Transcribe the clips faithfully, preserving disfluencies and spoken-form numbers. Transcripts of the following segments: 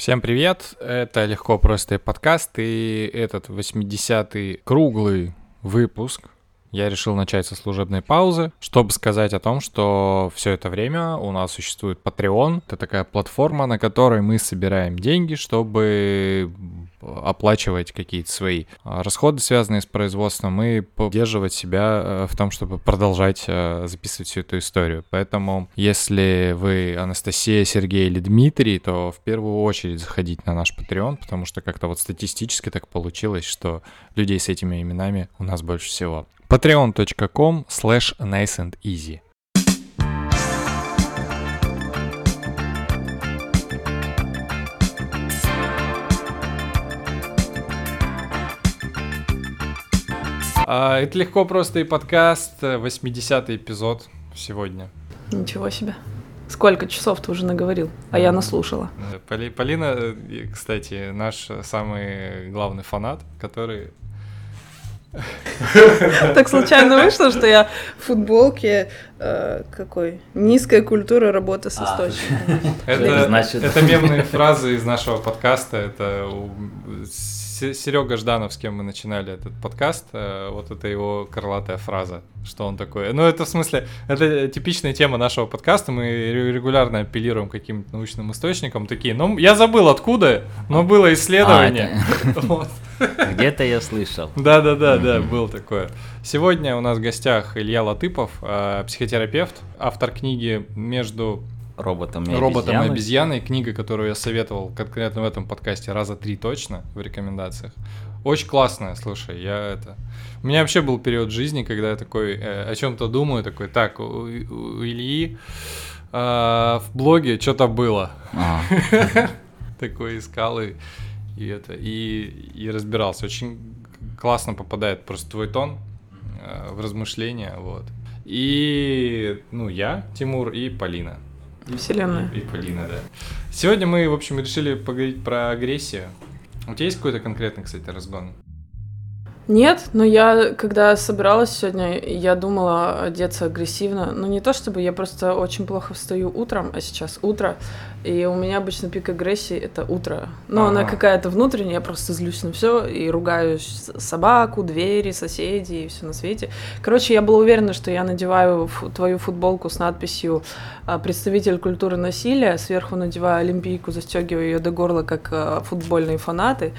Всем привет, это Легко Просто подкаст, и этот восьмидесятый круглый выпуск я решил начать со служебной паузы, чтобы сказать о том, что все это время у нас существует Patreon. Это такая платформа, на которой мы собираем деньги, чтобы оплачивать какие-то свои расходы, связанные с производством, и поддерживать себя в том, чтобы продолжать записывать всю эту историю. Поэтому, если вы Анастасия, Сергей или Дмитрий, то в первую очередь заходите на наш Patreon, потому что как-то вот статистически так получилось, что людей с этими именами у нас больше всего. patreon.com slash nice and easy. А, это Легко Просто и подкаст, восьмидесятый эпизод сегодня. Ничего себе. Сколько часов ты уже наговорил, а я наслушала. Поли, Полина, кстати, наш самый главный фанат, который... Так случайно вышло, что я в футболке э, какой? Низкая культура работы с источниками. Это, значит... это мемные фразы из нашего подкаста. Это Серега Жданов, с кем мы начинали этот подкаст. Вот это его крылатая фраза, что он такой. Ну, это в смысле, это типичная тема нашего подкаста. Мы регулярно апеллируем к каким-то научным источникам. Такие, ну, я забыл откуда, но было исследование. А, вот. Где-то я слышал. Да-да-да, да, был такое. Сегодня у нас в гостях Илья Латыпов, психотерапевт, автор книги «Между роботом и роботом обезьяной. и обезьяной», книга, которую я советовал конкретно в этом подкасте раза три точно в рекомендациях. Очень классная, слушай, я это... У меня вообще был период жизни, когда я такой э, о чем-то думаю, такой, так, у, у Ильи э, в блоге что-то было. Такой искал и... И это, и, и разбирался. Очень классно попадает просто твой тон э, в размышления, вот. И, ну, я, Тимур, и Полина. Вселенная. И, и Полина, да. Сегодня мы, в общем, решили поговорить про агрессию. У тебя есть какой-то конкретный, кстати, разгон? Нет, но я, когда собиралась сегодня, я думала одеться агрессивно. Ну, не то чтобы, я просто очень плохо встаю утром, а сейчас утро, и у меня обычно пик агрессии — это утро. Но ага. Она какая-то внутренняя, я просто злюсь на все и ругаю собаку, двери, соседей и все на свете. Короче, я была уверена, что я надеваю фу- твою футболку с надписью «Представитель культуры насилия», сверху надеваю олимпийку, застегиваю ее до горла, как футбольные фанаты.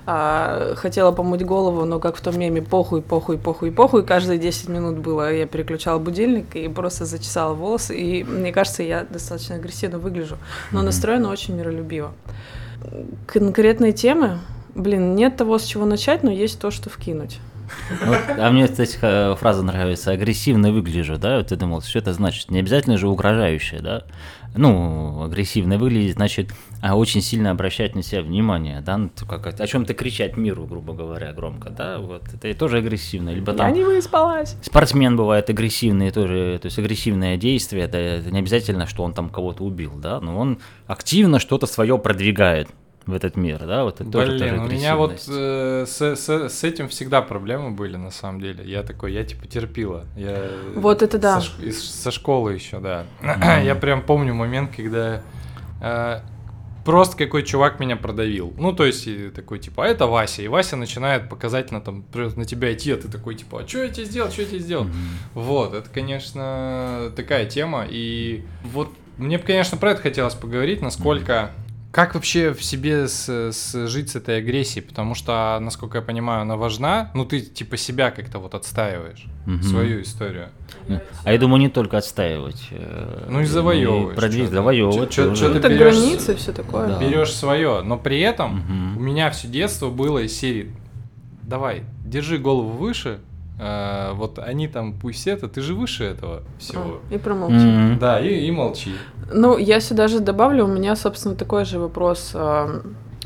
Хотела помыть голову, но как в том меме «похуй, похуй, похуй, похуй». Каждые десять минут было, я переключала будильник и просто зачесала волосы. И мне кажется, я достаточно агрессивно выгляжу, но настроена очень миролюбиво. Конкретные темы, блин, нет того, с чего начать, но есть то, что вкинуть. Вот, а мне, кстати, фраза нравится: агрессивно выгляжу, да? Вот ты думал, что это значит? Не обязательно же угрожающее, да? Ну, агрессивно выглядеть, значит, очень сильно обращать на себя внимание, да? Ну, как, о чем-то кричать миру, грубо говоря, громко, да? Вот, это тоже агрессивно. Либо там... Я не выспалась. Спортсмен бывает агрессивный тоже, то есть агрессивное действие, это, это не обязательно, что он там кого-то убил, да? Но он активно что-то свое продвигает в этот мир, да, вот это Блин, тоже, тоже у меня вот э, с, с, с этим всегда проблемы были, на самом деле. Я такой, я типа терпила. Я вот это да. Со, из, со школы еще, да. Mm-hmm. Я прям помню момент, когда э, просто какой чувак меня продавил. Ну, то есть, такой, типа, а это Вася. И Вася начинает показательно там на тебя идти, а ты такой, типа, а что я тебе сделал, что я тебе сделал? Mm-hmm. Вот, это, конечно, такая тема. И вот мне бы, конечно, про это хотелось поговорить, насколько... Mm-hmm. Как вообще в себе с, с, жить с этой агрессией? Потому что, насколько я понимаю, она важна. Ну, ты типа себя как-то вот отстаиваешь, угу. свою историю. А я думаю, не только отстаивать. Ну и завоевываешь. Продвигать, завоевывать. Ну, это границы, все такое. Да. Берешь свое. Но при этом угу. у меня все детство было из серии: давай, держи голову выше. Uh, вот они там, пусть это, ты же выше этого всего. А, и промолчи. Mm-hmm. Да, и, и молчи. Ну, я сюда же добавлю, у меня, собственно, такой же вопрос.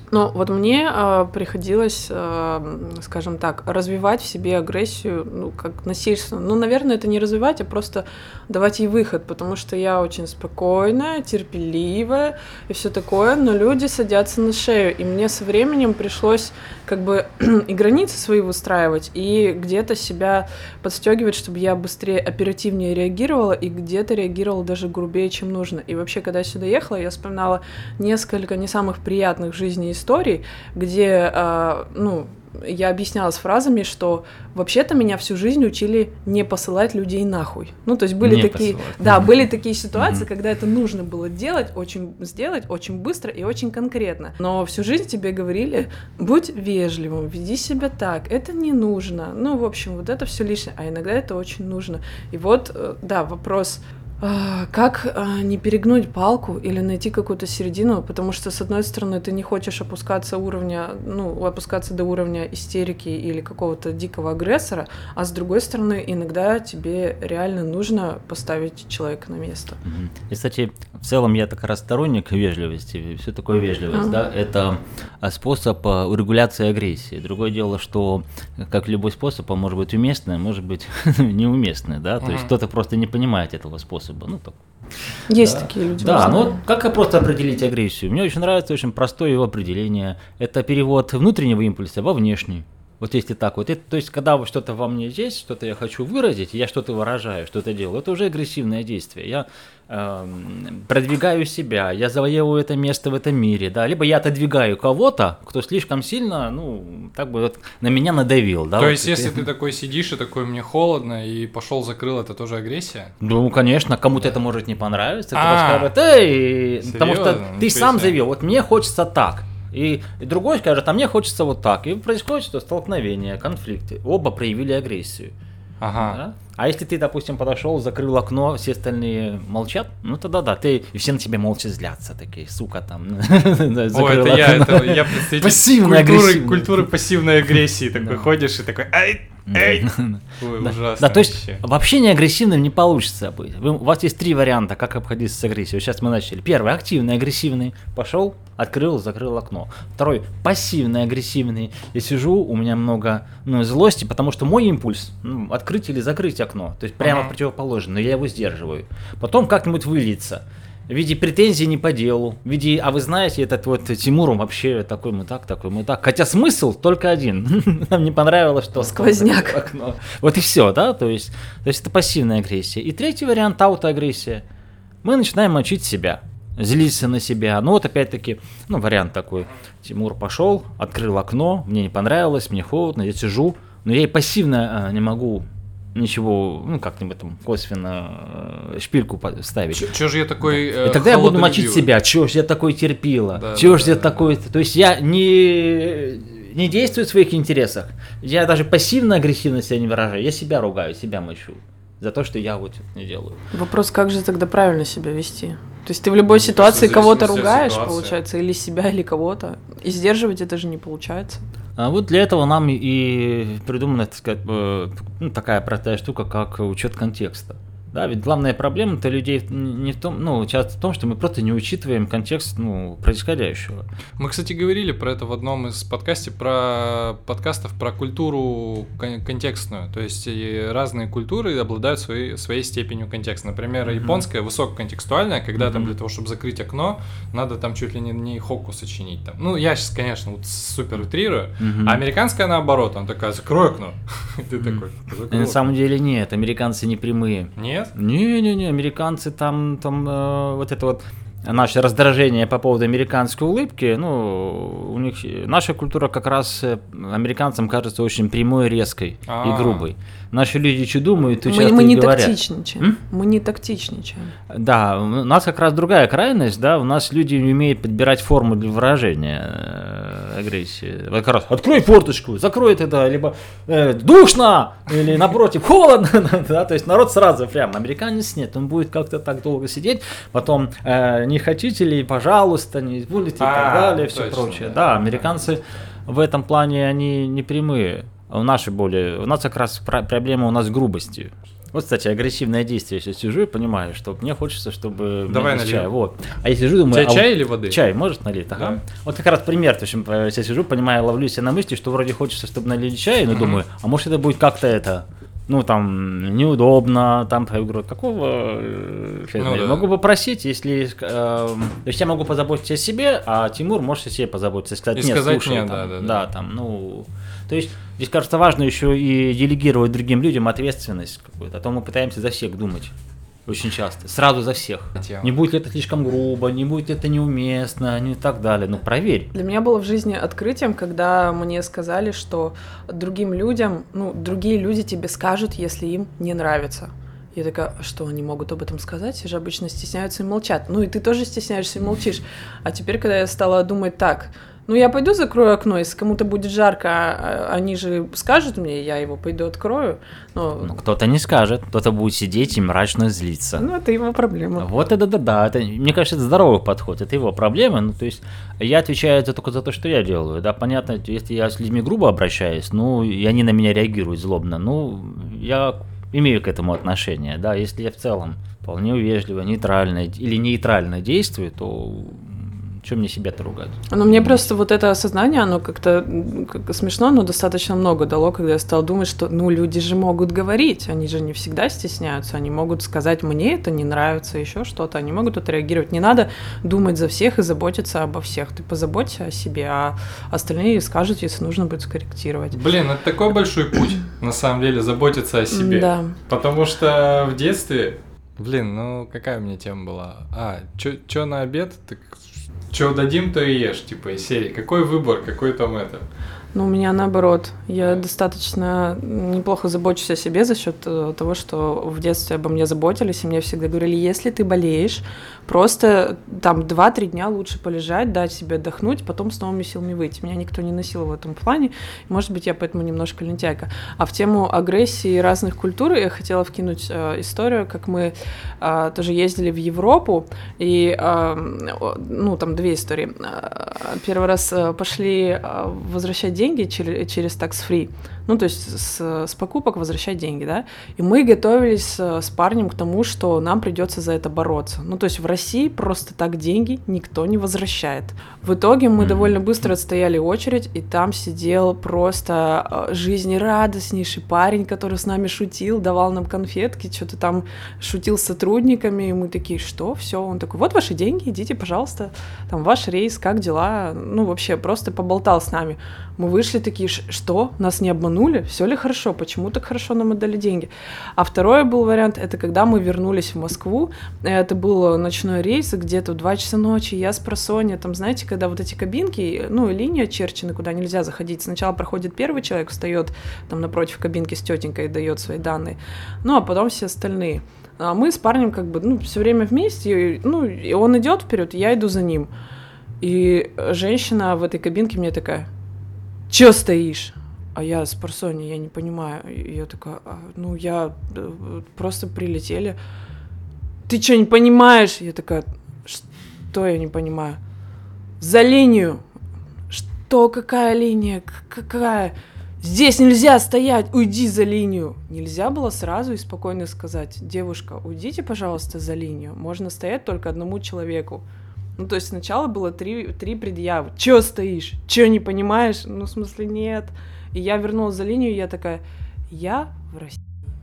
Ну, вот мне э, приходилось, э, скажем так, развивать в себе агрессию, ну, как насильственно. Ну, наверное, это не развивать, а просто давать ей выход, потому что я очень спокойная, терпеливая и все такое, но люди садятся на шею, и мне со временем пришлось как бы и границы свои выстраивать, и где-то себя подстегивать, чтобы я быстрее, оперативнее реагировала, и где-то реагировала даже грубее, чем нужно. И вообще, когда я сюда ехала, я вспоминала несколько не самых приятных в жизни историй, где, э, ну, я объяснялась фразами, что вообще-то меня всю жизнь учили не посылать людей нахуй. Ну, то есть были не такие, посылать. да, были такие ситуации, Mm-hmm. когда это нужно было делать, очень сделать, очень быстро и очень конкретно. Но всю жизнь тебе говорили: будь вежливым, веди себя так, это не нужно. Ну, в общем, вот это все лишнее, а иногда это очень нужно. И вот, да, вопрос. Как не перегнуть палку или найти какую-то середину, потому что, с одной стороны, ты не хочешь опускаться уровня, ну, опускаться до уровня истерики или какого-то дикого агрессора, а с другой стороны, иногда тебе реально нужно поставить человека на место. И, кстати, в целом я так раз сторонник вежливости, все такое вежливость, mm-hmm. да, это способ урегуляции агрессии. Другое дело, что, как любой способ, он может быть уместный, может быть неуместный, да, то mm-hmm. есть кто-то просто не понимает этого способа. Ну, так. Есть да. такие люди. Да, ну как просто определить агрессию? Мне очень нравится очень простое его определение. Это перевод внутреннего импульса во внешний. Вот если так вот, это, то есть когда что-то во мне есть, что-то я хочу выразить, я что-то выражаю, что-то делаю, это уже агрессивное действие. Я э, продвигаю себя, я завоевываю это место в этом мире, да, либо я отодвигаю кого-то, кто слишком сильно, ну, так бы вот на меня надавил, да. То вот есть, если ты такой сидишь и такой: мне холодно, и пошел закрыл, это тоже агрессия? Ну, конечно, кому-то это может не понравиться, кто-то А, скажет: эй, серьезно? потому что ты Ничего сам себе. заявил, вот мне хочется так. И, и другой скажет: а мне хочется вот так. И происходит что? Столкновение, конфликты. Оба проявили агрессию. Ага. Да? А если ты, допустим, подошел, закрыл окно, все остальные молчат, ну тогда да, ты, и все на тебя молча злятся, такие, сука, там. О, это я, это я представитель Пассивная культуры, агрессия. культуры пассивной агрессии. Такой Да. ходишь и такой: эй, эй. Ой, Да. ужасно Да, то есть вообще. вообще не агрессивным не получится быть. Вы- у вас есть три варианта, как обходиться с агрессией. Вот сейчас мы начали. Первый — активный, агрессивный. Пошел, открыл, закрыл окно. Второй — пассивный, агрессивный. Я сижу, у меня много, ну, злости, потому что мой импульс, ну, открыть или закрыть окно. То есть прямо Ага. противоположный, но я его сдерживаю. Потом как-нибудь выльется. В виде претензий не по делу, в виде, а вы знаете, этот вот Тимур, он вообще такой мы так, такой мы так. Хотя смысл только один. Нам не понравилось, что... Сквозняк. Окно. Вот и все, да, то есть, то есть это пассивная агрессия. И третий вариант — аутоагрессия. Мы начинаем мочить себя, злиться на себя. Ну вот опять-таки, ну вариант такой. Тимур пошел, открыл окно, мне не понравилось, мне холодно, я сижу, но я и пассивно а, не могу ничего, ну как-нибудь там косвенно э, шпильку ставить. Ч- Чё же я такой э, И тогда я буду мочить холодолюбивый? себя, чего ж я такой терпила, Да, чего да, ж я да, такой... То есть я не, не действую в своих интересах, я даже пассивно-агрессивно себя не выражаю, я себя ругаю, себя мочу за то, что я вот не делаю. Вопрос, как же тогда правильно себя вести? То есть ты в любой Мне ситуации кажется, в кого-то зависимости от ругаешь, ситуации. получается, или себя, или кого-то. И сдерживать это же не получается. А вот для этого нам и придумана, так сказать, э, ну, такая простая штука, как учет контекста. Да, ведь главная проблема-то людей не в том, ну, часто в том, что мы просто не учитываем контекст, ну, происходящего. Мы, кстати, говорили про это в одном из подкастов, про подкастов про культуру кон- контекстную. То есть и разные культуры обладают своей, своей степенью контекста. Например, Мгм. японская высококонтекстуальная, когда там Мгм. для того, чтобы закрыть окно, надо там чуть ли не, не хокку сочинить. Там. Ну, я сейчас, конечно, вот супер утрирую. Мгм. А американская наоборот, она такая: закрой окно. И ты Мгм. такой: И закрой на окно. самом деле нет, американцы не прямые. Нет? Не-не-не, американцы там, там э, вот это вот наше раздражение по поводу американской улыбки, ну, у них наша культура как раз э, американцам кажется очень прямой, резкой А. и грубой. Наши люди что думают, и Мы, часто мы и не говорят. тактичничаем. М? Мы не тактичничаем. Да, у нас как раз другая крайность, да, у нас люди не умеют подбирать форму для выражения э, агрессии. Вот как раз открой форточку, закрой это, либо э, душно, или напротив холодно, да, то есть народ сразу прям, американец нет, он будет как-то так долго сидеть, потом э, не хотите ли, пожалуйста, не изволите и так А, далее, все точно, прочее. да. Да, американцы в этом плане, они не прямые. У нас более, у нас как раз про- проблема у нас с грубостью. Вот, кстати, агрессивное действие. Я сейчас сижу и понимаю, что мне хочется, чтобы... Давай налью. Чай. Вот. А я сижу, думаю... Тебе а чай вот... или воды? Чай, может налить? Ага. Да. Вот как раз пример. В общем, я сижу, понимаю, ловлю себя на мысли, что вроде хочется, чтобы налили чай, но mm-hmm. думаю, а может это будет как-то это... Ну, там, неудобно, там, я говорю, какого... Ну, да. Могу попросить, если... Э, то есть я могу позаботиться о себе, а Тимур может о себе позаботиться. Сказать, и нет, сказать слушай, нет, там, да, да, да. Да, там, ну... То есть здесь, кажется, важно еще и делегировать другим людям ответственность какую-то, а то мы пытаемся за всех думать. Очень часто. Сразу за всех. Тема. Не будет ли это слишком грубо, не будет ли это неуместно, и так далее. Ну, проверь. Для меня было в жизни открытием, когда мне сказали, что другим людям, ну, другие люди тебе скажут, если им не нравится. Я такая, что они могут об этом сказать? Все же обычно стесняются и молчат. Ну, и ты тоже стесняешься и молчишь. А теперь, когда я стала думать так... Ну, я пойду закрою окно, если кому-то будет жарко, они же скажут мне, я его пойду открою. Но... Ну, кто-то не скажет, кто-то будет сидеть и мрачно злиться. Ну, это его проблема. Вот это да-да, это, мне кажется, это здоровый подход, это его проблема. Ну, то есть, я отвечаю это только за то, что я делаю, да, понятно, если я с людьми грубо обращаюсь, ну, и они на меня реагируют злобно, ну, я имею к этому отношение, да, если я в целом вполне вежливо, нейтрально или нейтрально действую, то... Чем мне себя-то ругать? Ну, мне просто вот это осознание, оно как-то как смешно, но достаточно много дало, когда я стала думать, что, ну, люди же могут говорить, они же не всегда стесняются, они могут сказать, мне это не нравится, еще что-то, они могут отреагировать. Не надо думать за всех и заботиться обо всех. Ты позаботься о себе, а остальные скажут, если нужно будет скорректировать. Блин, это такой большой путь, на самом деле, заботиться о себе. Да. Потому что в детстве... Блин, ну, какая у меня тема была? А, чё на обед? Так... Что дадим, то и ешь, типа, из серии. Какой выбор, какой там это? Ну, у меня наоборот. Я достаточно неплохо забочусь о себе за счет того, что в детстве обо мне заботились, и мне всегда говорили, если ты болеешь, просто там два-три дня лучше полежать, дать себе отдохнуть, потом с новыми силами выйти. Меня никто не носил в этом плане, может быть, я поэтому немножко лентяйка. А в тему агрессии разных культур я хотела вкинуть э, историю, как мы э, тоже ездили в Европу, и, э, ну, там две истории. Первый раз пошли возвращать деньги, деньги через, через tax-free, ну, то есть с, с покупок возвращать деньги, да, и мы готовились с, с парнем к тому, что нам придется за это бороться. Ну, то есть в России просто так деньги никто не возвращает. В итоге мы довольно быстро отстояли очередь, и там сидел просто жизнерадостнейший парень, который с нами шутил, давал нам конфетки, что-то там шутил с сотрудниками, и мы такие, что, все, он такой, вот ваши деньги, идите, пожалуйста, там ваш рейс, как дела, ну, вообще просто поболтал с нами. Мы вышли такие, что, нас не обманули, все ли хорошо, почему так хорошо нам отдали деньги? А второй был вариант, это когда мы вернулись в Москву, это был ночной рейс, где-то в два часа ночи, я с просонья, там, знаете, когда вот эти кабинки, ну, линии очерчены, куда нельзя заходить, сначала проходит первый человек, встает там напротив кабинки с тетенькой и дает свои данные, ну, а потом все остальные. А мы с парнем как бы, ну, все время вместе, ну, и он идет вперед, я иду за ним. И женщина в этой кабинке мне такая: «Чё стоишь?» А я с парсони, я не понимаю. И я такая, ну, я просто прилетели. «Ты что, не понимаешь?» Я такая, что я не понимаю? «За линию!» «Что? Какая линия? Какая? Здесь нельзя стоять! Уйди за линию!» Нельзя было сразу и спокойно сказать: «Девушка, уйдите, пожалуйста, за линию. Можно стоять только одному человеку». Ну, то есть сначала было три, три предъявы. «Чё стоишь? Чё не понимаешь?» Ну, в смысле, нет. И я вернулась за линию, и я такая, я в России.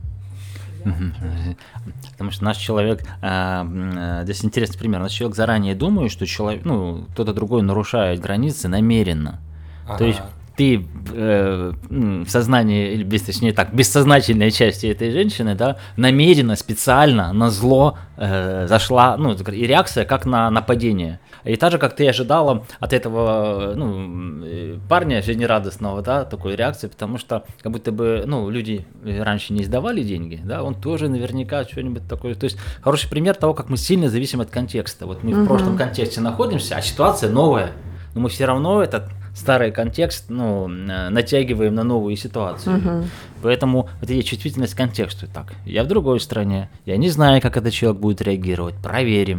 Потому что наш человек, здесь интересный пример, наш человек заранее думает, что человек, ну, кто-то другой нарушает границы намеренно. Ага. То есть ты э, в сознании, или без, точнее так, бессознательной части этой женщины, да, намеренно, специально, назло э, зашла, ну, и реакция как на нападение. И так же, как ты ожидала от этого, ну, парня жизнерадостного, да, такой реакции, потому что как будто бы, ну, люди раньше не сдавали деньги, да, он тоже наверняка что-нибудь такое. То есть хороший пример того, как мы сильно зависим от контекста. Вот мы uh-huh. в прошлом контексте находимся, а ситуация новая, но мы все равно этот старый контекст, ну, натягиваем на новую ситуацию. Uh-huh. Поэтому вот эта чувствительность к контексту. Так, я в другой стране, я не знаю, как этот человек будет реагировать. Проверим.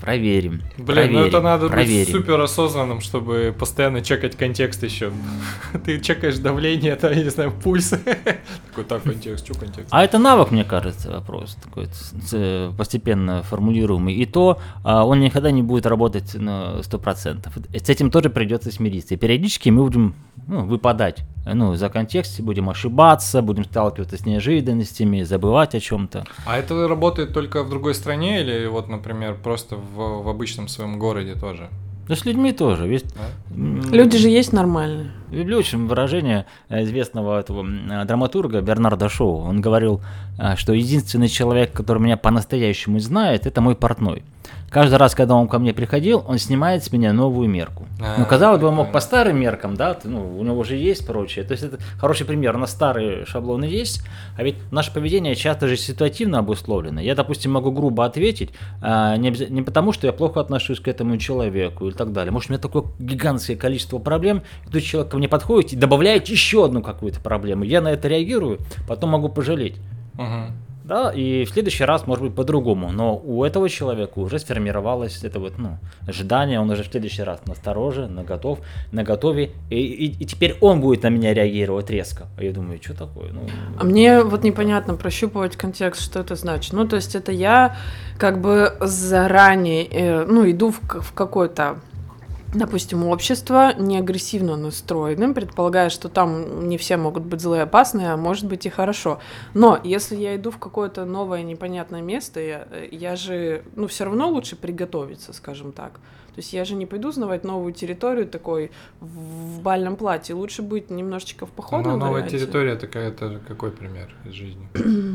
проверим. Блин, проверим, ну это надо проверим. быть супер осознанным, чтобы постоянно чекать контекст еще. Ты чекаешь давление, это, я не знаю, пульс. Такой, так, контекст, что контекст? А это навык, мне кажется, вопрос такой постепенно формулируемый. И то он никогда не будет работать на сто процентов. С этим тоже придется смириться. И периодически мы будем ну, выпадать ну, за контекст, будем ошибаться, будем сталкиваться с неожиданностями, забывать о чем-то. А это работает только в другой стране или вот, например, просто в, в обычном своем городе тоже? Да с людьми тоже. Ведь, да? Люди же есть нормальные. Люблю очень выражение известного этого драматурга Бернарда Шоу. Он говорил, что единственный человек, который меня по-настоящему знает, это мой портной. Каждый раз, когда он ко мне приходил, он снимает с меня новую мерку. А, ну, казалось бы, он мог по старым меркам, да, ну, у него уже есть прочее. То есть это хороший пример. У нас старые шаблоны есть, а ведь наше поведение часто же ситуативно обусловлено. Я, допустим, могу грубо ответить, а, не, обяз... не потому, что я плохо отношусь к этому человеку и так далее. Может, у меня такое гигантское количество проблем, и тут человек ко мне подходит и добавляет еще одну какую-то проблему. Я на это реагирую, потом могу пожалеть. Угу. Да, и в следующий раз может быть по-другому, но у этого человека уже сформировалось это вот, ну, ожидание, он уже в следующий раз настороже, наготов, наготове, и, и, и теперь он будет на меня реагировать резко. А я думаю, что такое? Ну, а мне вот непонятно прощупывать контекст, что это значит. Ну, то есть это я как бы заранее, э, ну, иду в, в какой-то... допустим, общество не агрессивно настроенным, предполагая, что там не все могут быть злые и опасные, а может быть и хорошо. Но если я иду в какое-то новое непонятное место, я, я же, ну, все равно лучше приготовиться, скажем так. То есть я же не пойду узнавать новую территорию такой в бальном платье. Лучше быть немножечко в походном Но новая варианте. территория такая, это какой пример из жизни?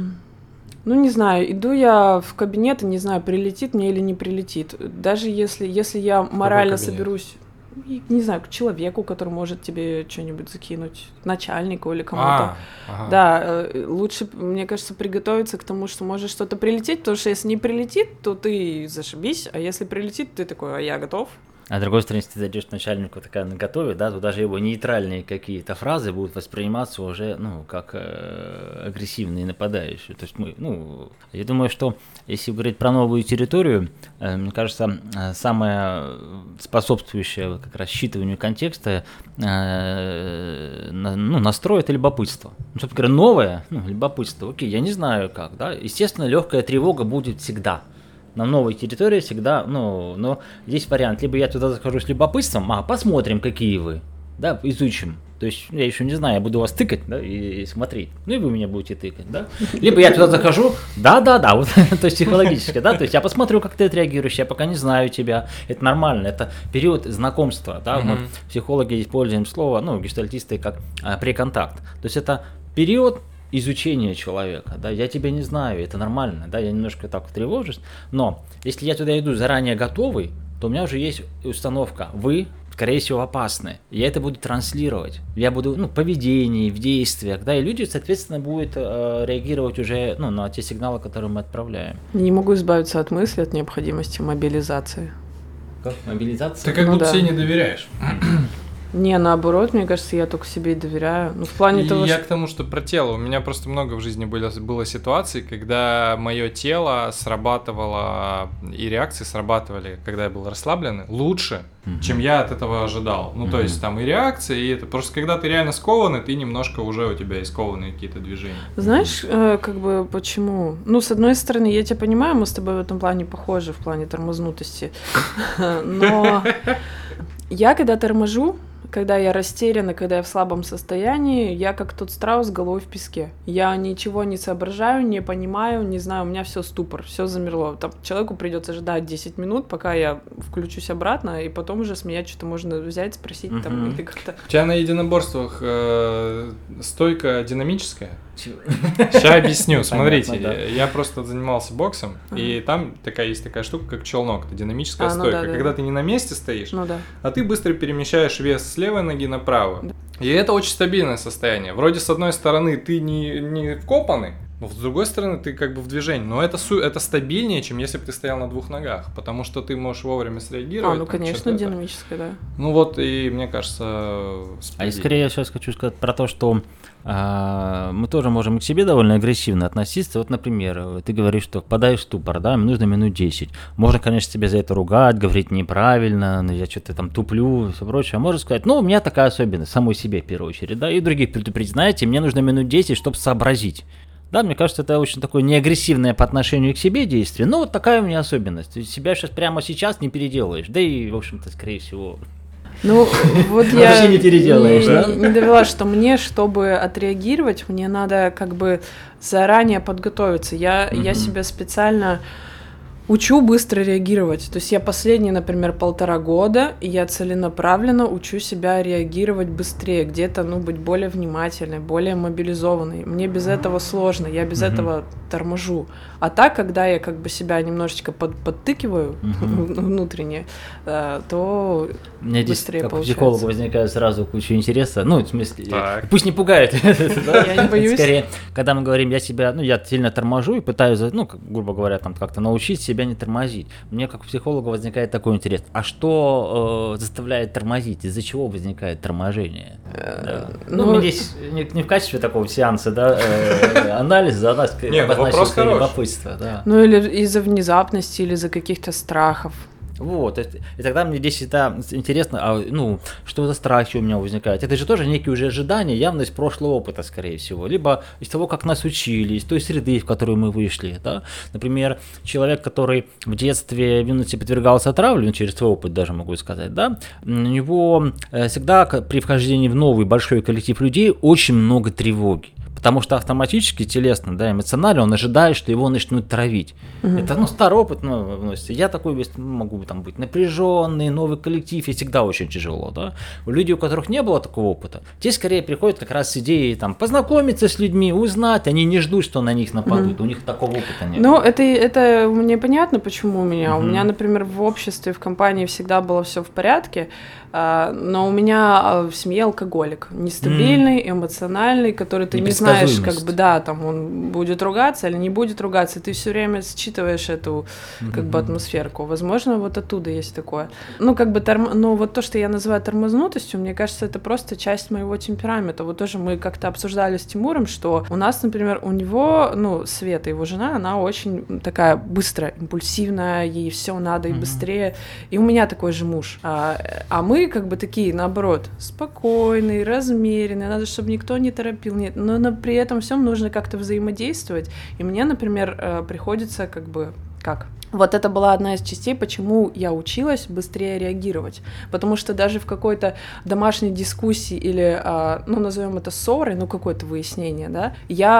Ну, не знаю, иду я в кабинет и не знаю, прилетит мне или не прилетит. Даже если, если я морально соберусь, не знаю, к человеку, который может тебе что-нибудь закинуть, начальнику или кому-то. А, ага. Да, лучше, мне кажется, приготовиться к тому, что может что-то прилететь, потому что если не прилетит, то ты зашибись, а если прилетит, ты такой, а я готов. А с другой стороны, если ты зайдешь к начальнику такая наготове, да, то даже его нейтральные какие-то фразы будут восприниматься уже, ну, как э, агрессивные нападающие. То есть мы, ну, я думаю, что если говорить про новую территорию, э, мне кажется, э, самое способствующее как раз считыванию контекста, э, на, ну, настрой — это любопытство. Ну, собственно говоря, новое, ну, любопытство. Окей, я не знаю как, да. Естественно, легкая тревога будет всегда. На новой территории всегда, ну, но есть вариант, либо я туда захожу с любопытством, а, посмотрим, какие вы, да, изучим. То есть я еще не знаю, я буду вас тыкать, да, и, и смотреть, ну и вы меня будете тыкать, да. Либо я туда захожу, да-да-да, вот, то есть психологически, да, то есть я посмотрю, как ты отреагируешь, я пока не знаю тебя, это нормально, это период знакомства, да, мы психологи используем слово, ну, гештальтисты, как а, преконтакт, то есть это период изучение человека, да, я тебя не знаю, это нормально, да, я немножко так тревожусь, но если я туда иду заранее готовый, то у меня уже есть установка, вы, скорее всего, опасны, я это буду транслировать, я буду, ну, в поведении, в действиях, да, и люди, соответственно, будут э, реагировать уже, ну, на те сигналы, которые мы отправляем. Не могу избавиться от мысли, от необходимости мобилизации. Как? Мобилизация? Ты как ну, будто да. себе не доверяешь. Не, наоборот, мне кажется, я только себе и доверяю. Ну, в плане и того, я что... к тому, что про тело. У меня просто много в жизни было, было ситуаций, когда мое тело срабатывало, и реакции срабатывали, когда я был расслаблен, лучше, mm-hmm. чем я от этого ожидал. Ну, mm-hmm. то есть там и реакции, и это. Просто когда ты реально скованный, ты немножко уже у тебя и скованные какие-то движения. Знаешь, э, как бы почему? Ну, с одной стороны, я тебя понимаю, мы с тобой в этом плане похожи, в плане тормознутости. Но я, когда торможу, когда я растеряна, когда я в слабом состоянии, я как тот страус головой в песке. Я ничего не соображаю, не понимаю, не знаю, у меня все ступор, все замерло. Там человеку придется ждать десять минут, пока я включусь обратно, и потом уже с меня что-то можно взять, спросить uh-huh. там или как-то. У тебя на единоборствах э, стойка динамическая? Сейчас объясню. Смотрите, Понятно, да. я просто занимался боксом, uh-huh. и там такая есть такая штука, как челнок, это динамическая а, стойка. Ну, да, когда да. ты не на месте стоишь, ну, да. а ты быстро перемещаешь вес с левой ноги направо. Да. И это очень стабильное состояние. Вроде с одной стороны ты не, не вкопанный, Но с другой стороны, ты как бы в движении. Но это, су- это стабильнее, чем если бы ты стоял на двух ногах. Потому что ты можешь вовремя среагировать. А, ну, там, конечно, динамическое, да. Ну вот, и мне кажется... А и скорее я сейчас хочу сказать про то, что а, мы тоже можем к себе довольно агрессивно относиться. Вот, например, ты говоришь, что впадаешь в ступор, да, нужно минут десять. Можно, конечно, тебя за это ругать, говорить неправильно, я что-то там туплю и все прочее. А можно сказать, ну, у меня такая особенность, самой себе в первую очередь, да, и других предупредить. Знаете, мне нужно минут десять, чтобы сообразить. Да, мне кажется, это очень такое неагрессивное по отношению к себе действие. Но вот такая у меня особенность. Ты себя сейчас прямо сейчас не переделаешь. Да и, в общем-то, скорее всего... Ну, вот я Вообще не переделаешь, не, да? не, не довела, что мне, чтобы отреагировать, мне надо как бы заранее подготовиться. Я, mm-hmm. я себя специально учу быстро реагировать. То есть я последние, например, полтора года, и я целенаправленно учу себя реагировать быстрее, где-то, ну, быть более внимательной, более мобилизованной. Мне без этого сложно, я без mm-hmm. этого торможу. А так, когда я как бы себя немножечко под, подтыкиваю mm-hmm. внутренне, то мне быстрее здесь, как получается. у психолога возникает сразу куча интереса. Ну, в смысле, так. Пусть не пугает. Я не боюсь. Скорее, когда мы говорим, я себя, ну, я сильно торможу и пытаюсь, ну, грубо говоря, там как-то научить себя не тормозить. Мне, как у психолога, возникает такой интерес. А что э, заставляет тормозить? Из-за чего возникает торможение? Да. Ну, ну, здесь не, не в качестве такого сеанса, да, э, анализа, а нас вопрос хороший. Любопытство, да. Ну, или из-за внезапности, или из-за каких-то страхов. Вот, и, и тогда мне здесь это интересно, а, ну, что за страхи у меня возникают. Это же тоже некие уже ожидания, явно из прошлого опыта, скорее всего, либо из того, как нас учили, из той среды, в которую мы вышли, да. Например, человек, который в детстве, в юности подвергался травле, ну, через свой опыт даже могу сказать, да, у него всегда при вхождении в новый большой коллектив людей очень много тревоги. Потому что автоматически, телесно, да, эмоционально он ожидает, что его начнут травить. Mm-hmm. Это, ну, старый опыт, ну, вносится. Я такой весь могу там быть напряженный, новый коллектив, и всегда очень тяжело, да. У людей, у которых не было такого опыта, те скорее приходят как раз с идеей там познакомиться с людьми, узнать, они не ждут, что на них нападут, mm-hmm. у них такого опыта нет. Ну, это, это мне понятно, почему у меня. Mm-hmm. У меня, например, в обществе, в компании всегда было все в порядке, но у меня в семье алкоголик, нестабильный, mm. эмоциональный, который ты не знаешь, как бы, да, там он будет ругаться или не будет ругаться, ты все время считываешь эту, как mm-hmm. бы, атмосферку. Возможно, вот оттуда есть такое. Ну, как бы, торм... ну, вот то, что я называю тормознутостью, мне кажется, это просто часть моего темперамента. Вот тоже мы как-то обсуждали с Тимуром, что у нас, например, у него, ну, Света, его жена, она очень такая быстрая, импульсивная, ей все надо и mm-hmm. быстрее. И у меня такой же муж. А, а мы как бы такие, наоборот, спокойные, размеренные, надо, чтобы никто не торопил, нет, но, но при этом всем нужно как-то взаимодействовать, и мне, например, приходится как бы, как? Вот это была одна из частей, почему я училась быстрее реагировать, потому что даже в какой-то домашней дискуссии или, ну, назовем это ссорой, ну, какое-то выяснение, да,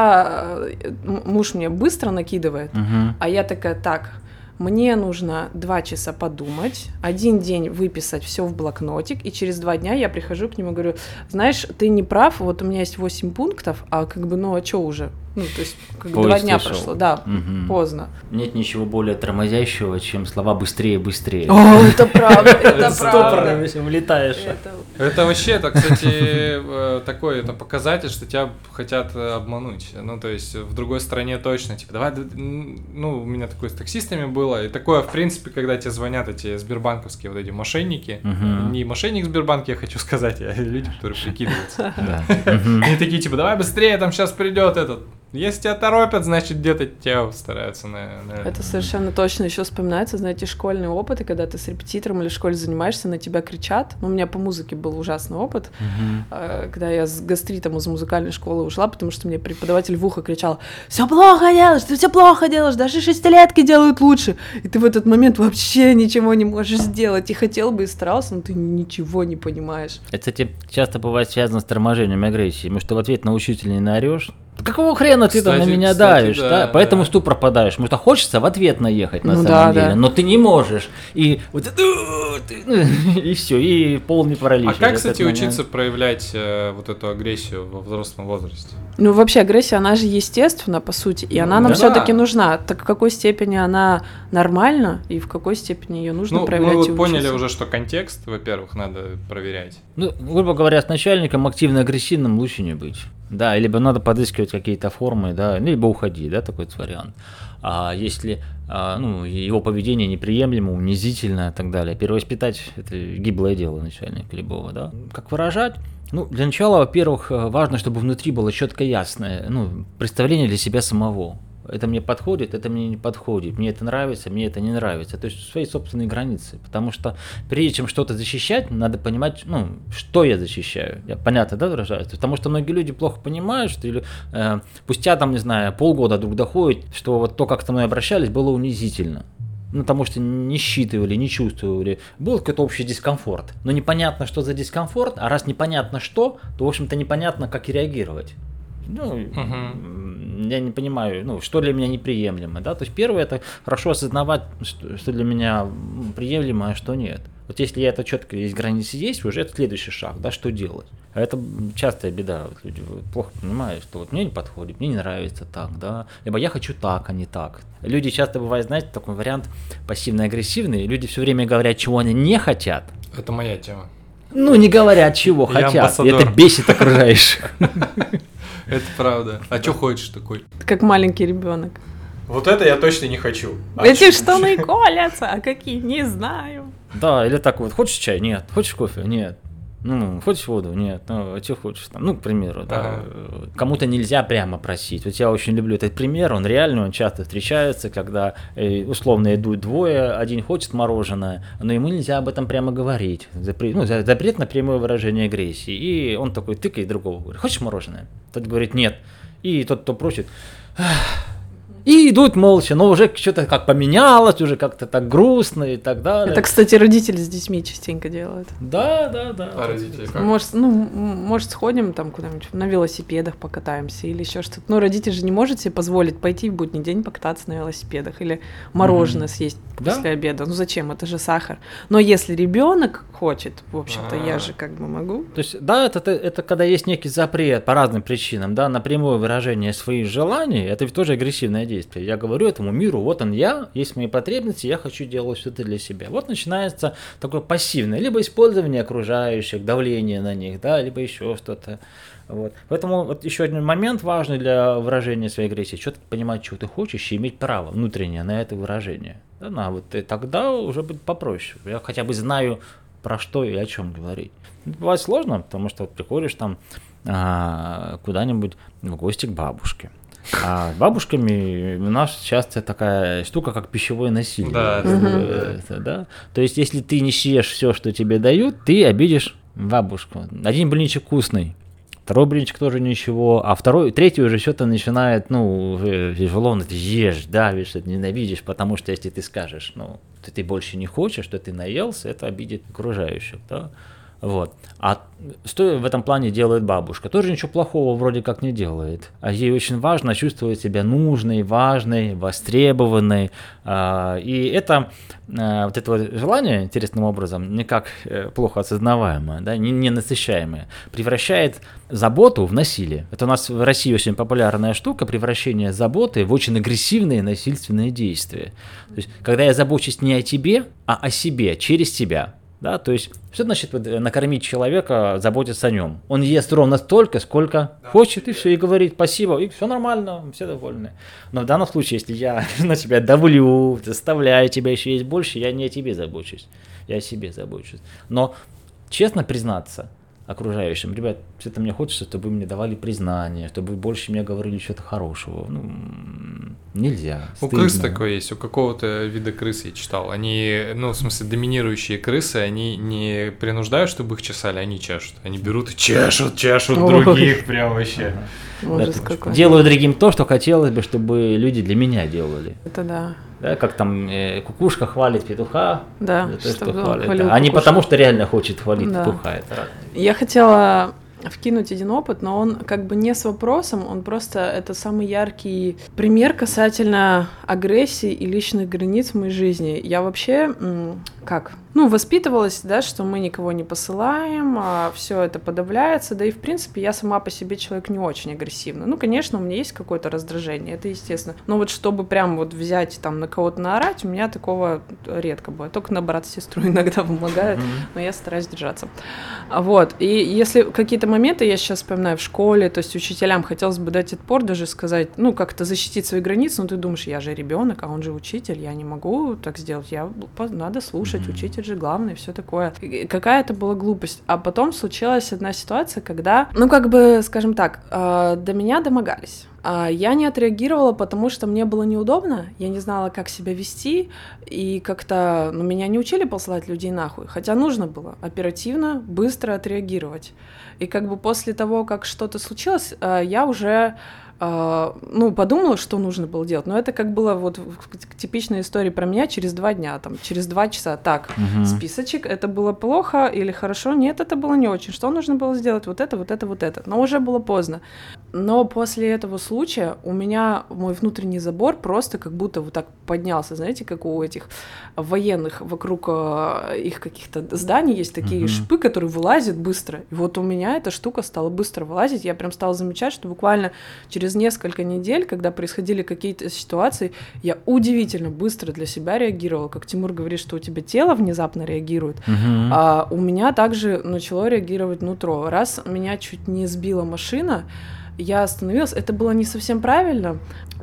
я, муж мне быстро накидывает, uh-huh. а я такая, так, мне нужно два часа подумать, один день выписать все в блокнотик, и через два дня я прихожу к нему и говорю, знаешь, ты не прав, вот у меня есть восемь пунктов, а как бы, ну а что уже? Ну, то есть, как бы два дня шел. Прошло, да, угу. поздно. Нет ничего более тормозящего, чем слова «быстрее, быстрее». О, это правда, это правда. Влетаешь. Это вообще, это, кстати, такой это показатель, что тебя хотят обмануть. Ну, то есть, в другой стране точно, типа, давай, ну, у меня такое с таксистами было, и такое, в принципе, когда тебе звонят эти сбербанковские вот эти мошенники, не мошенник Сбербанк, я хочу сказать, а люди, которые прикидываются. Они такие, типа, давай быстрее, там сейчас придет этот. Если тебя торопят, значит, где-то тебя стараются, наверное. Это совершенно точно. Еще вспоминается, знаете, школьные опыты, когда ты с репетитором или в школе занимаешься, на тебя кричат. Ну, у меня по музыке был ужасный опыт, uh-huh. когда я с гастритом из музыкальной школы ушла, потому что мне преподаватель в ухо кричал: «Все плохо делаешь, ты все плохо делаешь, даже шестилетки делают лучше». И ты в этот момент вообще ничего не можешь сделать. И хотел бы, и старался, но ты ничего не понимаешь. Это, кстати, часто бывает связано с торможением агрессии, потому что в ответ на учителя не наорешь. Какого хрена ты там на меня кстати, давишь, да, да? Поэтому да. ступ пропадаешь, потому что хочется в ответ наехать на ну, самом да, деле, да. но ты не можешь, и вот и все, и полный паралич. А как, кстати, учиться проявлять э, вот эту агрессию во взрослом возрасте? Ну, вообще агрессия, она же естественна, по сути, и она нам да. все-таки нужна. Так в какой степени она нормальна, и в какой степени ее нужно ну, проявлять мы и вот поняли уже, что контекст, во-первых, надо проверять. Ну, грубо говоря, с начальником активно-агрессивным лучше не быть. Да, либо надо подыскивать какие-то формы, да, либо уходи, да, такой вариант. А если а, ну, его поведение неприемлемо, унизительно и так далее, перевоспитать – это гиблое дело начальника любого, да. Как выражать? Ну, для начала, во-первых, важно, чтобы внутри было четко ясное, ну, представление для себя самого. Это мне подходит, это мне не подходит, мне это нравится, мне это не нравится. То есть свои собственные границы. Потому что прежде чем что-то защищать, надо понимать, ну, что я защищаю. Я, понятно, да, выражается? Потому что многие люди плохо понимают, что или, э, спустя, там, не знаю, полгода вдруг доходит, что вот то, как со мной обращались, было унизительно. Ну, потому что не считывали, не чувствовали. Был какой-то общий дискомфорт. Но непонятно, что за дискомфорт, а раз непонятно что, то, в общем-то, непонятно, как и реагировать. Ну, uh-huh. я не понимаю, ну, что для меня неприемлемо, да, то есть первое, это хорошо осознавать, что, что для меня приемлемо, а что нет. Вот если я это четко, есть границы есть, уже это следующий шаг, да, что делать. А это частая беда, вот люди плохо понимают, что вот мне не подходит, мне не нравится так, да, либо я хочу так, а не так. Люди часто бывают, знаете, такой вариант пассивно-агрессивный, люди все время говорят, чего они не хотят. Это моя тема. Ну, не говорят, чего хотят, и это бесит окружающих. Это правда. А что хочешь такой? Как маленький ребенок. Вот это я точно не хочу. А эти штаны колятся, а какие? Не знаю. Да, или так вот, хочешь чай? Нет. Хочешь кофе? Нет. Ну, хочешь воду? Нет. Ну, а что хочешь там? Ну, к примеру, да. Ага. Кому-то нельзя прямо просить. Вот я очень люблю этот пример, он реальный, он часто встречается, когда условно идут двое, один хочет мороженое, но ему нельзя об этом прямо говорить. Запрет, ну, запрет на прямое выражение агрессии. И он такой тыкает другого, говорит, хочешь мороженое? Тот говорит, нет. И тот, кто просит, и идут молча, но уже что-то как поменялось, уже как-то так грустно и так далее. Это, кстати, родители с детьми частенько делают. Да, да, да. А родители как? Может, ну, может, сходим там куда-нибудь на велосипедах покатаемся или еще что-то. Ну, родитель же не может себе позволить пойти в будний день покататься на велосипедах или мороженое mm-hmm. съесть после да? обеда. Ну, зачем? Это же сахар. Но если ребенок хочет, в общем-то, А-а-а. я же как бы могу. То есть, да, это, это, это когда есть некий запрет по разным причинам, да, на прямое выражение своих желаний, это ведь тоже агрессивное действие. Я говорю этому миру, вот он я, есть мои потребности, я хочу делать что-то для себя. Вот начинается такое пассивное, либо использование окружающих, давление на них, да, либо еще что-то. Вот. Поэтому вот еще один момент важный для выражения своей агрессии, четко понимать, чего ты хочешь, и иметь право внутреннее на это выражение. Да, на, вот, и тогда уже будет попроще. Я хотя бы знаю, про что и о чем говорить. Бывает сложно, потому что вот приходишь там а, куда-нибудь в гости к бабушке. А с бабушками у нас часто такая штука, как пищевое насилие. Да, это, да. То есть, если ты не съешь все, что тебе дают, ты обидишь бабушку. Один блинчик вкусный, второй блинчик тоже ничего, а второй, третий уже что-то начинает, ну, уже тяжело, ты ешь, давишь, ненавидишь, потому что если ты скажешь, ну, ты, ты больше не хочешь, что ты наелся, это обидит окружающих, да. Вот. А что в этом плане делает бабушка? Тоже ничего плохого вроде как не делает. А ей очень важно чувствовать себя нужной, важной, востребованной. И это вот это вот желание, интересным образом, никак плохо осознаваемое, да, не, не насыщаемое, превращает заботу в насилие. Это у нас в России очень популярная штука, превращение заботы в очень агрессивные насильственные действия. То есть, когда я забочусь не о тебе, а о себе, через тебя. Да, то есть, что значит накормить человека, заботиться о нем? Он ест ровно столько, сколько да, хочет, и все, и говорит спасибо, и все нормально, все довольны. Но в данном случае, если я на тебя давлю, заставляю тебя еще есть больше, я не о тебе забочусь, я о себе забочусь. Но честно признаться окружающим, ребят, все-то мне хочется, чтобы вы мне давали признание, чтобы вы больше мне говорили что-то хорошего. Ну, нельзя. У стыдно. Крыс такое есть, у какого-то вида крыс я читал. Они, ну, в смысле, доминирующие крысы, они не принуждают, чтобы их чесали, они чешут. Они берут и чешут, чешут Ой. других прям вообще. Ужас какой. Делаю другим то, что хотелось бы, чтобы люди для меня делали. Это да. Да, как там э, кукушка хвалит петуха. Да, за то, что хвалит, да. А не потому, что реально хочет хвалить да. петуха. Это... Я хотела вкинуть один опыт, но он как бы не с вопросом, он просто это самый яркий пример касательно агрессии и личных границ в моей жизни. Я вообще как, ну, воспитывалась, да, что мы никого не посылаем, а все это подавляется, да и, в принципе, я сама по себе человек не очень агрессивный. Ну, конечно, у меня есть какое-то раздражение, это естественно, но вот чтобы прям вот взять там на кого-то наорать, у меня такого редко бывает, только на брата, сестру иногда помогают, mm-hmm. но я стараюсь держаться. Вот, и если какие-то моменты, я сейчас вспоминаю в школе, то есть учителям хотелось бы дать отпор, даже сказать, ну, как-то защитить свои границы, но ты думаешь, я же ребенок, а он же учитель, я не могу так сделать, я, надо слушать, Mm-hmm. учитель же главный, все такое. Какая это была глупость. А потом случилась одна ситуация, когда, ну, как бы, скажем так, э, до меня домогались. А я не отреагировала, потому что мне было неудобно, я не знала, как себя вести, и как-то, ну, меня не учили посылать людей нахуй, хотя нужно было оперативно, быстро отреагировать. И как бы после того, как что-то случилось, э, я уже... Uh, ну, подумала, что нужно было делать, но это как было вот типичная история про меня через два дня, там, через два часа, так, uh-huh. списочек, это было плохо или хорошо, нет, это было не очень, что нужно было сделать, вот это, вот это, вот это, но уже было поздно. Но после этого случая у меня мой внутренний забор просто как будто вот так поднялся, знаете, как у этих военных вокруг uh, их каких-то зданий есть такие uh-huh. шипы, которые вылазят быстро, и вот у меня эта штука стала быстро вылазить, я прям стала замечать, что буквально через несколько недель, когда происходили какие-то ситуации, я удивительно быстро для себя реагировала. Как Тимур говорит, что у тебя тело внезапно реагирует, uh-huh. а у меня также начало реагировать нутро. Раз меня чуть не сбила машина, я остановилась. Это было не совсем правильно,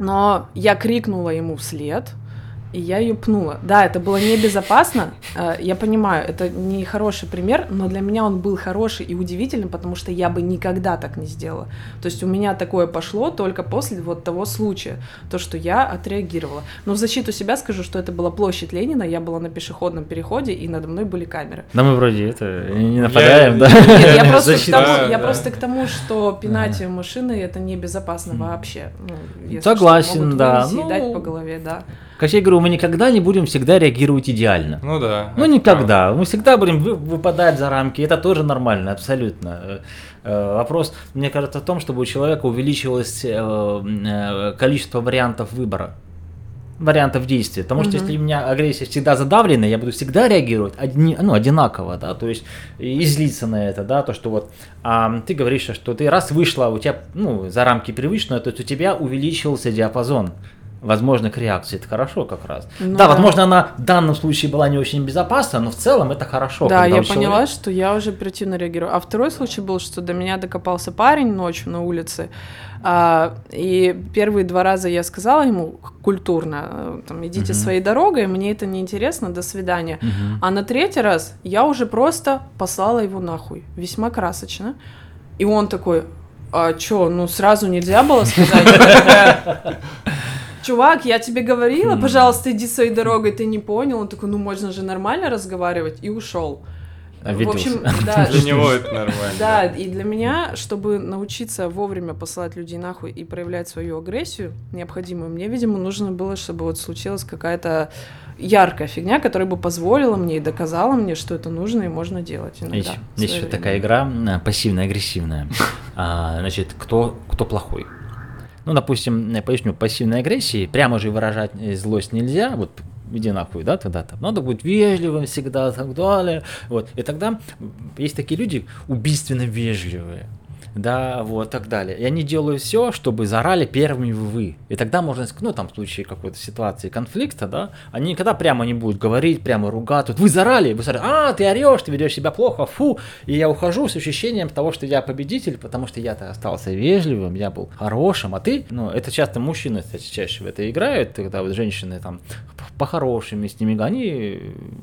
но я крикнула ему вслед, и я ее пнула. Да, это было небезопасно, я понимаю, это не хороший пример, но для меня он был хороший и удивительный, потому что я бы никогда так не сделала. То есть у меня такое пошло только после вот того случая, то, что я отреагировала. Но в защиту себя скажу, что это была площадь Ленина, я была на пешеходном переходе, и надо мной были камеры. Да мы вроде это не нападаем, я, да? Нет, я, просто Защита, к тому, да, я да. просто к тому, что пинать ага. машины это небезопасно mm. вообще. Ну, если согласен, что, могут да. и Ну... дать по голове, да. Как я говорю, мы никогда не будем всегда реагировать идеально. Ну да. Ну никогда. Правда. Мы всегда будем вы, выпадать за рамки. Это тоже нормально, абсолютно. Вопрос, мне кажется, в том, чтобы у человека увеличилось количество вариантов выбора, вариантов действия. Потому что mm-hmm. если у меня агрессия всегда задавлена, я буду всегда реагировать одни, ну, одинаково, да, то есть и злиться на это, да, то, что вот а, ты говоришь, что ты раз вышла, у тебя, ну, за рамки привычного, то есть у тебя увеличился диапазон возможных реакций, это хорошо как раз. Ну, да, да, возможно, она в данном случае была не очень безопасна, но в целом это хорошо. Да, я человека... поняла, что я уже оперативно реагирую. А второй случай был, что до меня докопался парень ночью на улице, а, и первые два раза я сказала ему культурно, там, идите uh-huh. своей дорогой, мне это неинтересно, до свидания. Uh-huh. А на третий раз я уже просто послала его нахуй, весьма красочно. И он такой, а чё, ну сразу нельзя было сказать? Чувак, я тебе говорила, mm. пожалуйста, иди своей дорогой, ты не понял. Он такой, ну можно же нормально разговаривать, и ушел. Обиделся. В общем, да. Для него это нормально. Да, и для меня, чтобы научиться вовремя посылать людей нахуй и проявлять свою агрессию необходимую, мне, видимо, нужно было, чтобы вот случилась какая-то яркая фигня, которая бы позволила мне и доказала мне, что это нужно и можно делать иногда. Есть, есть еще такая игра пассивно-агрессивная. а, значит, кто, кто плохой? Ну, допустим, я поясню, пассивной агрессии прямо же выражать злость нельзя, вот иди нахуй, да, тогда там надо быть вежливым всегда, так далее, вот, и тогда есть такие люди убийственно вежливые, да, вот, так далее, и они делают все, чтобы заорали первыми вы, и тогда можно, ну, там, в случае какой-то ситуации конфликта, да, они никогда прямо не будут говорить, прямо ругать, вот вы заорали, вы заорали, а, ты орешь, ты ведешь себя плохо, фу, и я ухожу с ощущением того, что я победитель, потому что я-то остался вежливым, я был хорошим, а ты, ну, это часто мужчины, кстати, чаще в это играют, когда вот женщины там по-хорошими с ними, они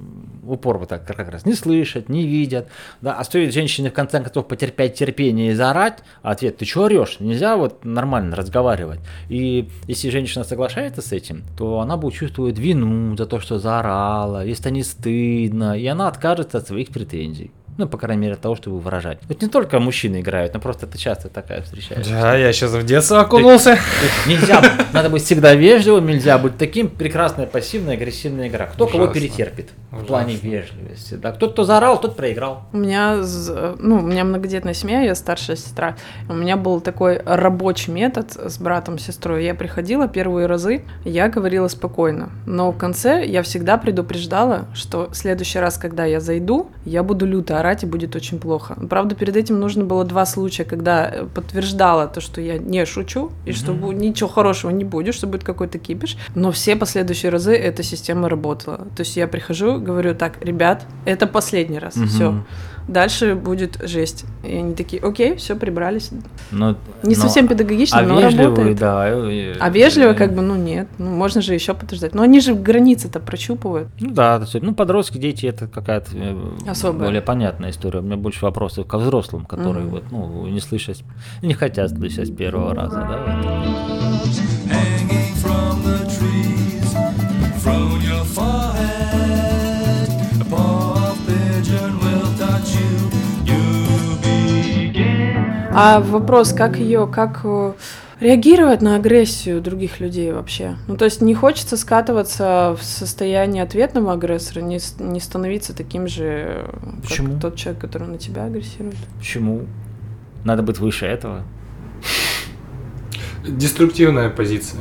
упор вот так как раз не слышат, не видят, да, а стоит женщине в конце концов потерпеть терпение и заорать, а ответ, ты чего орешь, нельзя вот нормально разговаривать, и если женщина соглашается с этим, то она будет чувствовать вину за то, что заорала, ей станет стыдно, и она откажется от своих претензий. Ну, по крайней мере, от того, чтобы выражать. Вот не только мужчины играют, но просто это часто такая встречается. Да, я сейчас в детство окунулся. Нельзя, надо быть всегда вежливым, нельзя быть таким. Прекрасная пассивная, агрессивная игра. Кто кого перетерпит в плане вежливости. Да? Кто кто заорал, тот проиграл. У меня, ну, у меня многодетная семья, я старшая сестра. У меня был такой рабочий метод с братом, сестрой. Я приходила первые разы, я говорила спокойно. Но в конце я всегда предупреждала, что в следующий раз, когда я зайду, я буду люто орать и будет очень плохо. Правда, перед этим нужно было два случая, когда подтверждала то, что я не шучу, и mm-hmm. что ничего хорошего не будет, что будет какой-то кипиш. Но все последующие разы эта система работала. То есть я прихожу, говорю: так, ребят, это последний раз, mm-hmm. все. Дальше будет жесть. И они такие: окей, все, прибрались. Но, не но, совсем педагогично, а но работает. Да, и, а вежливо, и, как бы, ну нет, ну можно же еще подождать. Но они же границы-то прощупывают. Ну да, ну подростки, дети, это какая-то особая, более понятная история. У меня больше вопросов ко взрослым, которые mm-hmm. вот, ну, не слышат, не хотят слышать с первого раза, да. А вопрос, как ее, как реагировать на агрессию других людей вообще? Ну, то есть не хочется скатываться в состояние ответного агрессора, не, не становиться таким же, Почему? как тот человек, который на тебя агрессирует. Почему? Надо быть выше этого. Деструктивная позиция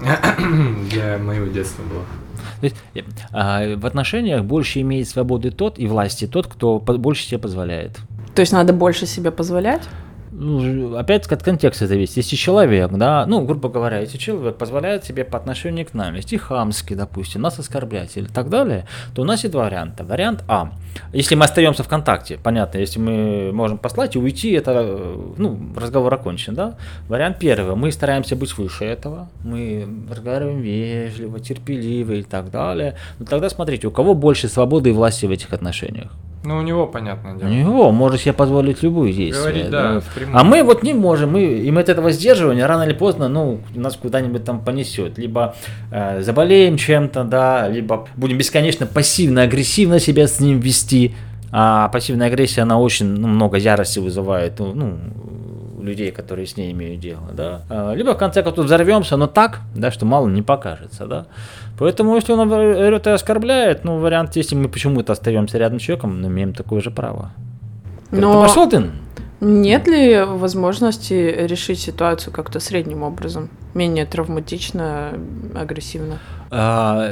для моего детства была. То есть, а, в отношениях больше имеет свободы тот и власти тот, кто больше себе позволяет. То есть надо больше себе позволять? Ну, опять от контекста зависит. Если человек, да, ну, грубо говоря, если человек позволяет себе по отношению к нам вести хамски, допустим, нас оскорблять или так далее, то у нас есть два варианта. Вариант А. Если мы остаемся в контакте, понятно, если мы можем послать и уйти, это, ну, разговор окончен, да. Вариант первый. Мы стараемся быть выше этого, мы разговариваем вежливо, терпеливо и так далее. Но тогда смотрите, у кого больше свободы и власти в этих отношениях? Ну, у него, понятное дело. У него может себе позволить любую действие. Говорить, да, да. А мы вот не можем, мы, и мы от этого сдерживания рано или поздно, ну, нас куда-нибудь там понесет. Либо э, заболеем чем-то, да, либо будем бесконечно пассивно-агрессивно себя с ним вести. А пассивная агрессия, она очень, ну, много ярости вызывает, ну, у людей, которые с ней имеют дело, да. Либо в конце концов взорвемся, но так, да, что мало не покажется, да. Поэтому, если он орет и оскорбляет, ну, вариант, если мы почему-то остаемся рядом с человеком, мы имеем такое же право. Но пошел ты. Нет ли возможности решить ситуацию как-то средним образом, менее травматично, агрессивно? А,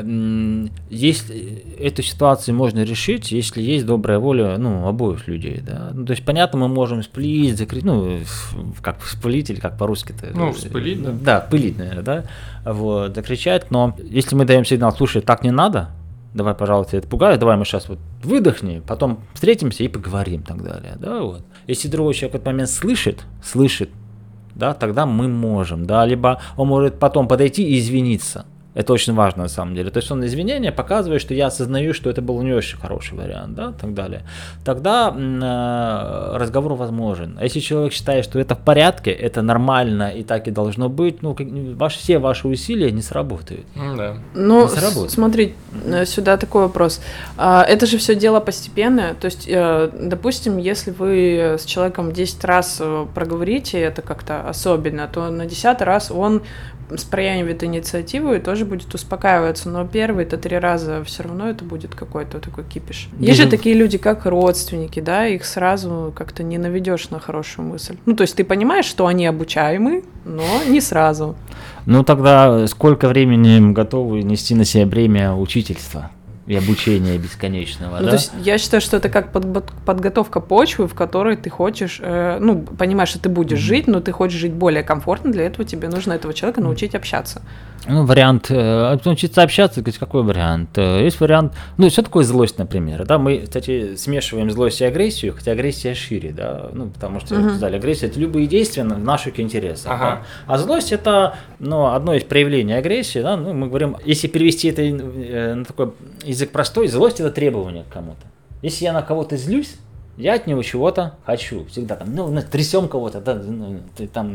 если эту ситуацию можно решить, если есть добрая воля, ну, обоих людей, да. Ну, то есть, понятно, мы можем сплить, закрыть, ну, как вспылить или как по-русски-то. Ну, вспылить, да. Да, пылить, наверное, да. Вот, закричать, но если мы даем сигнал: слушай, так не надо, давай, пожалуйста, это пугаю, давай мы сейчас вот выдохни, потом встретимся и поговорим и так далее, да, вот. Если другой человек в этот момент слышит, слышит, да, тогда мы можем, да, либо он может потом подойти и извиниться. Это очень важно на самом деле. То есть он извинения показывает, что я осознаю, что это был не очень хороший вариант, да, и так далее. Тогда э, разговор возможен. А если человек считает, что это в порядке, это нормально и так и должно быть, ну, как, ваш, все ваши усилия не сработают. Да. Ну, с- смотри, сюда такой вопрос. Это же все дело постепенное. То есть, допустим, если вы с человеком десять раз проговорите это как-то особенно, то на десятый раз он с проявит инициативу и тоже будет успокаиваться, но первые-то три раза все равно это будет какой-то такой кипиш. Есть же такие люди, как родственники, да, их сразу как-то не наведешь на хорошую мысль. Ну, то есть ты понимаешь, что они обучаемы, но не сразу. Ну, тогда сколько времени готовы нести на себя бремя учительства и обучения бесконечного, ну, да? То есть я считаю, что это как под, подготовка почвы, в которой ты хочешь, э, ну, понимаешь, что ты будешь mm-hmm. жить, но ты хочешь жить более комфортно, для этого тебе нужно этого человека научить общаться. Ну, вариант, э, научиться общаться, какой вариант? Есть вариант, ну, что такое злость, например, да, мы, кстати, смешиваем злость и агрессию, хотя агрессия шире, да, ну, потому что, mm-hmm. сказали, агрессия – это любые действия в наших интересах, ага. да? А злость – это, ну, одно из проявлений агрессии, да, ну, мы говорим, если перевести это на такой язык простой, злость – это требование к кому-то. Если я на кого-то злюсь, я от него чего-то хочу. Всегда там, ну, трясем кого-то, да, ну, там,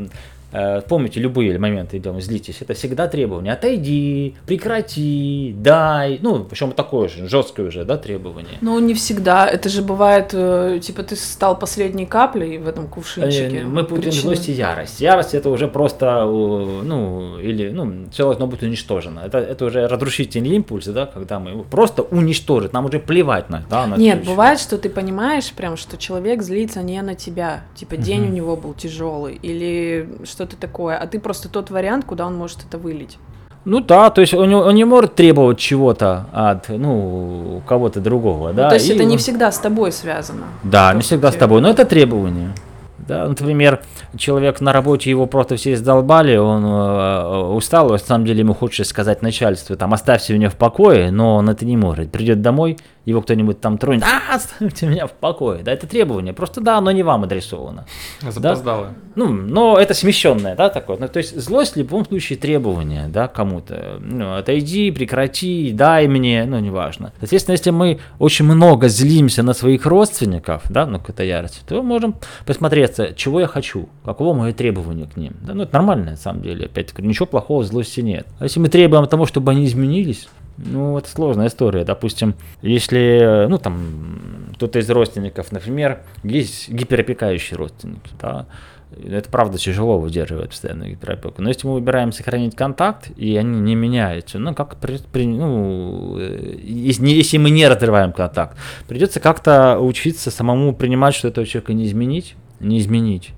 э, помните, любые моменты, идем, злитесь, это всегда требование. Отойди, прекрати, дай. Ну, причем такое же, жесткое уже, да, требование. Ну, не всегда. Это же бывает, э, типа, ты стал последней каплей в этом кувшинчике. Мы путаем злость и ярость. Ярость это уже просто, ну, или, ну, человек должен быть уничтожен. Это, это уже разрушительный импульс, да, когда мы его просто уничтожим, нам уже плевать на, да, на Нет, бывает, что ты понимаешь прям, что человек злится не на тебя, типа день uh-huh. у него был тяжелый или что-то такое, а ты просто тот вариант, куда он может это вылить. Ну да, то есть он, он не может требовать чего-то от, ну, кого-то другого, ну, да. То есть и это он... не всегда с тобой связано. Да, не всегда с тобой, но это требование. Да, например, человек на работе, его просто все издолбали, он э, устал, на самом деле ему хочется сказать начальству, там, оставьте меня в покое, но он это не может. Придет домой, его кто-нибудь там тронет, а, оставьте меня в покое. Да, это требование, просто да, оно не вам адресовано. Запоздало. Да? Ну, но это смещенное, да, такое. Ну, то есть злость в любом случае требование, да, кому-то. Ну, отойди, прекрати, дай мне, ну, неважно. Соответственно, если мы очень много злимся на своих родственников, да, ну, какая-то ярость, то можем посмотреться, чего я хочу, каково мое требование к ним. Да, ну, это нормально, на самом деле, опять-таки, ничего плохого в злости нет. А если мы требуем того, чтобы они изменились, ну, это сложная история. Допустим, если, ну, там, кто-то из родственников, например, есть гиперопекающие родственники, да, это правда тяжело выдерживать постоянную гиперопеку. Но если мы выбираем сохранить контакт, и они не меняются, ну, как при, при, ну, если, если мы не разрываем контакт, придется как-то учиться самому принимать, что этого человека не изменить, не изменить,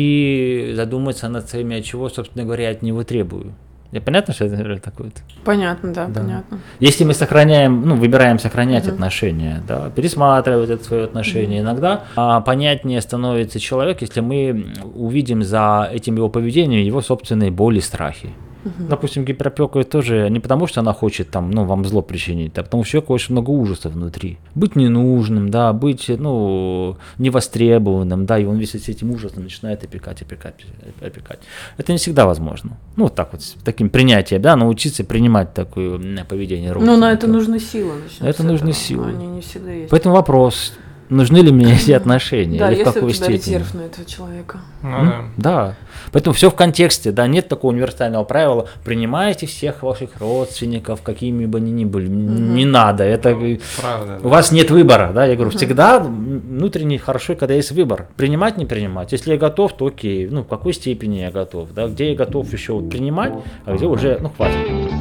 и задуматься над своими, от чего, собственно говоря, от него требую. Я понятно, что это такое-то? Понятно, да, да, понятно. Если мы сохраняем, ну, выбираем сохранять uh-huh. отношения, да, пересматривать это свое отношение, uh-huh. иногда а, понятнее становится человек, если мы увидим за этим его поведением его собственные боли, страхи. Uh-huh. Допустим, гиперопека тоже не потому, что она хочет там, ну, вам зло причинить, а потому что у человека очень много ужаса внутри. Быть ненужным, да, быть, ну, невостребованным, да, и он весь с этим ужасом начинает опекать, опекать, опекать. Это не всегда возможно. Ну, вот так вот, с таким принятием, да, научиться принимать такое поведение родственников. Ну, на это нужны силы. Это нужны силы. Они не всегда есть. Поэтому вопрос... Нужны ли мне эти отношения? Да, или если в какой у тебя степени? резерв на этого человека. Ну, mm? да. да. Поэтому все в контексте, да, нет такого универсального правила. Принимайте всех ваших родственников, какими бы они ни были. Mm-hmm. Не надо. Это ну, правда, у да. вас нет выбора, да. Я говорю, mm-hmm. всегда внутренне хорошо, когда есть выбор. Принимать, не принимать. Если я готов, то окей. Ну, в какой степени я готов, да, где я готов еще принимать, а где уже, ну, хватит.